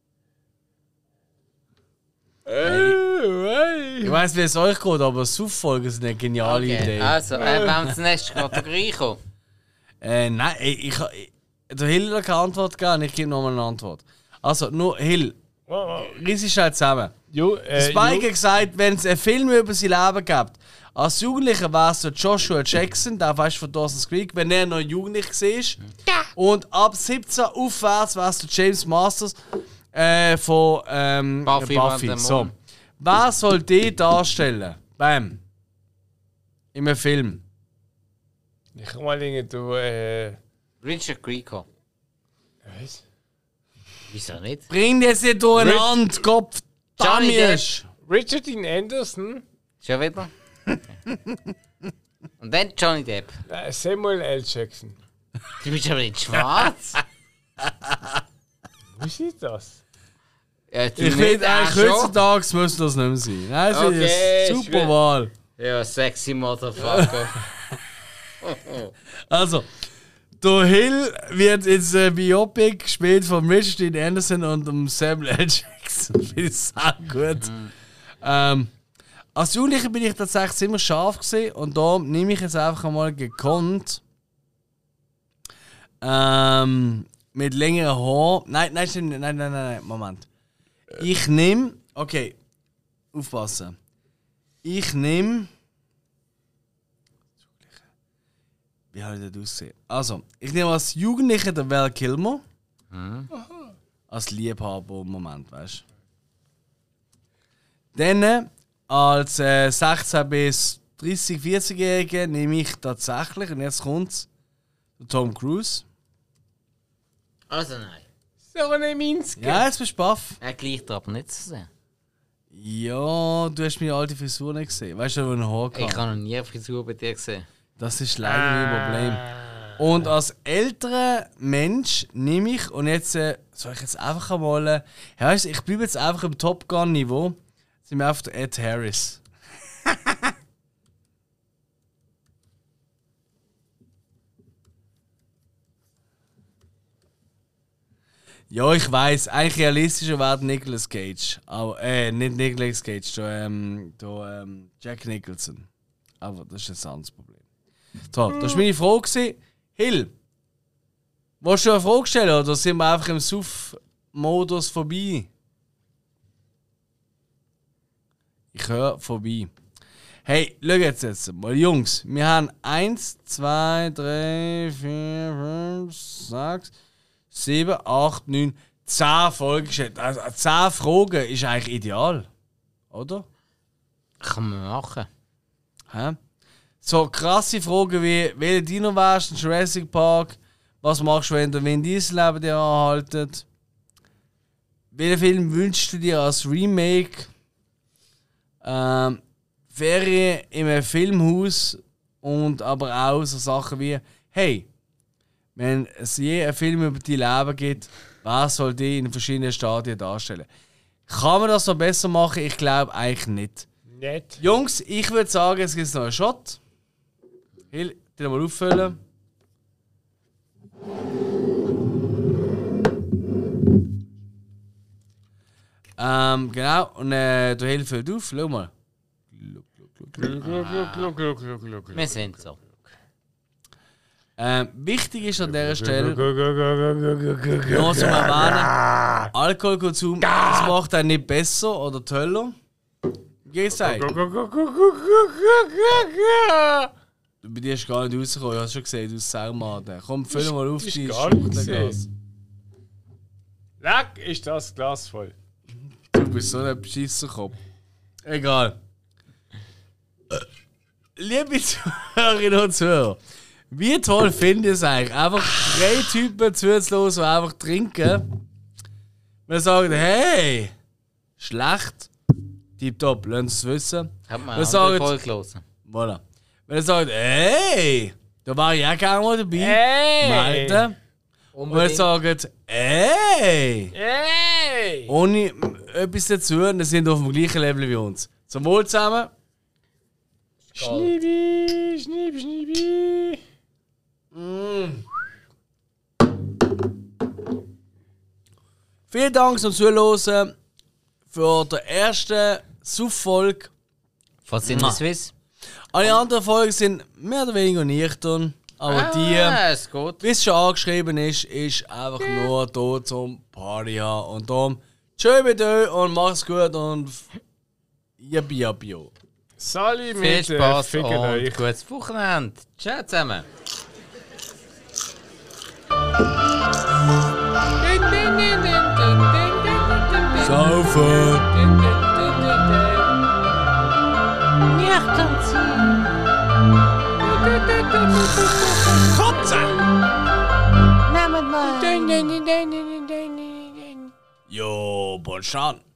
Ich weiss, wie es euch geht, aber Suchfolgen sind eine geniale Idee. Also, wollen wir zur nächsten Kategorie kommen? Nein, der Hill hat keine Antwort gegeben, ich gebe nochmal eine Antwort. Also, nur Hill, riss es halt zusammen. Spike hat gesagt, wenn es einen Film über sein Leben gibt, als Jugendlicher wärst du Joshua Jackson, der weißt von Dawson's Creek, wenn er noch jugendlich war. Und ab 17 aufwärts wärst du James Masters von Buffy. So. Wer soll die darstellen? Bam. In einem Film. Ich kann mal du. Richard Grieco. Was? Wieso nicht? Bring das nicht durcheinander, Kopf. Johnny Damisch. Richard Dean Anderson. Schon wieder? Und dann Johnny Depp. Samuel L. Jackson. Du bist aber nicht schwarz. Wie sieht das? Ja, du Ich nicht, finde eigentlich schon. heutzutage müsste das nicht mehr sein. Nein, das Okay, ist eine ist super gut. Wahl. Ja, sexy Motherfucker. Also, der Hill wird jetzt Biopic gespielt von Richard Dean Anderson und dem Samuel L. Jackson. Finde ich sehr gut. Als Jugendlicher bin ich tatsächlich ziemlich scharf gewesen und da nehme ich jetzt einfach einmal gekonnt mit längeren Haaren. Nein, Moment. Ich nehme. Okay, aufpassen. Ich nehme. Wie habe ich das ausgesehen? Also, ich nehme als Jugendlicher den Val Kilmer. Als Liebhaber im Moment, weißt du? Dann als 16 bis 30, 40-Jährige nehme ich tatsächlich, und jetzt kommt's, Tom Cruise. Also nein. So eine Minske. Ja, jetzt bist du baff. Er gleicht aber nicht so sehr. Ja, du hast meine alte Frisur nicht gesehen. Weißt du, wo ein Haar Ich kam? habe noch nie eine Frisur bei dir gesehen. Das ist leider mein Problem. Und als älterer Mensch nehme ich, und jetzt soll ich jetzt einfach einmal. Weißt du, ich bleibe jetzt einfach im Top Gun-Niveau. Sind wir auf der Ed Harris. Ja, ich weiss, eigentlich realistischer wäre Nicolas Cage. Aber, nicht Nicolas Cage, Jack Nicholson. Aber das ist ein anderes Problem. So, das war meine Frage. Hill, willst du eine Frage stellen oder sind wir einfach im Suff-Modus vorbei? Ich höre vorbei. Hey, schau jetzt mal, Jungs. Wir haben 1, 2, 3, 4, 5, 6, 7, 8, 9, 10 Folgen gestellt. Also 10 Fragen ist eigentlich ideal. Oder? Kann man machen. Hä? So krasse Fragen wie, welcher Dino wärst du in Jurassic Park? Was machst du, wenn der Vin Diesel neben dir anhaltet? Welchen Film wünschst du dir als Remake? Ferien in einem Filmhaus und aber auch so Sachen wie, hey, wenn es je einen Film über dein Leben gibt, wer soll die in verschiedenen Stadien darstellen? Kann man das noch besser machen? Ich glaube eigentlich nicht. Nicht. Jungs, ich würde sagen, es gibt noch einen Shot. Hill, den mal auffüllen. Genau, und du Hill füllt auf, schau mal. Wir sind so. Wichtig ist an dieser Stelle, noch zu erwähnen, Alkoholkonsum, das macht einen nicht besser oder toller. Wie gesagt. Bei dir ist gar nicht rausgekommen, ich habe schon gesehen, du bist Saumaden. Komm, füll mal auf die Schachtelglas. Leck, ist das Glas voll. Du bist so ein Beschisserkopf. Egal. Liebe Zuhörerinnen und Zuhörer, wie toll findet ihr es eigentlich, einfach 3 Typen zuzuhören, die einfach trinken? Wir sagen, hey, schlecht, tipptopp, lasst es wissen. Hat man Wir auch sagen, voll gelesen. voilà. Wenn ihr sagt, hey, da war ich auch gerne mal dabei, Hey! melden. Und wenn ihr sagt, hey, Hey! ohne etwas dazu, dann sind ihr auf dem gleichen Level wie uns. Zum Wohl zusammen. Schniebi, schnieb, schniebi. Vielen Dank zum Zuhören für die erste Suff-Folge. Von Sinneswiss. Alle anderen Folgen sind mehr oder weniger nüchtern, aber Es geht. wie es schon angeschrieben ist, ist einfach nur da zum Party haben. Und darum, tschö mit euch und macht's gut und Jabio. Sali Viel mit Spaß Ficken und euch. gutes Wochenende. Ciao zusammen. Saufen! Kotze! Jo, bon Start.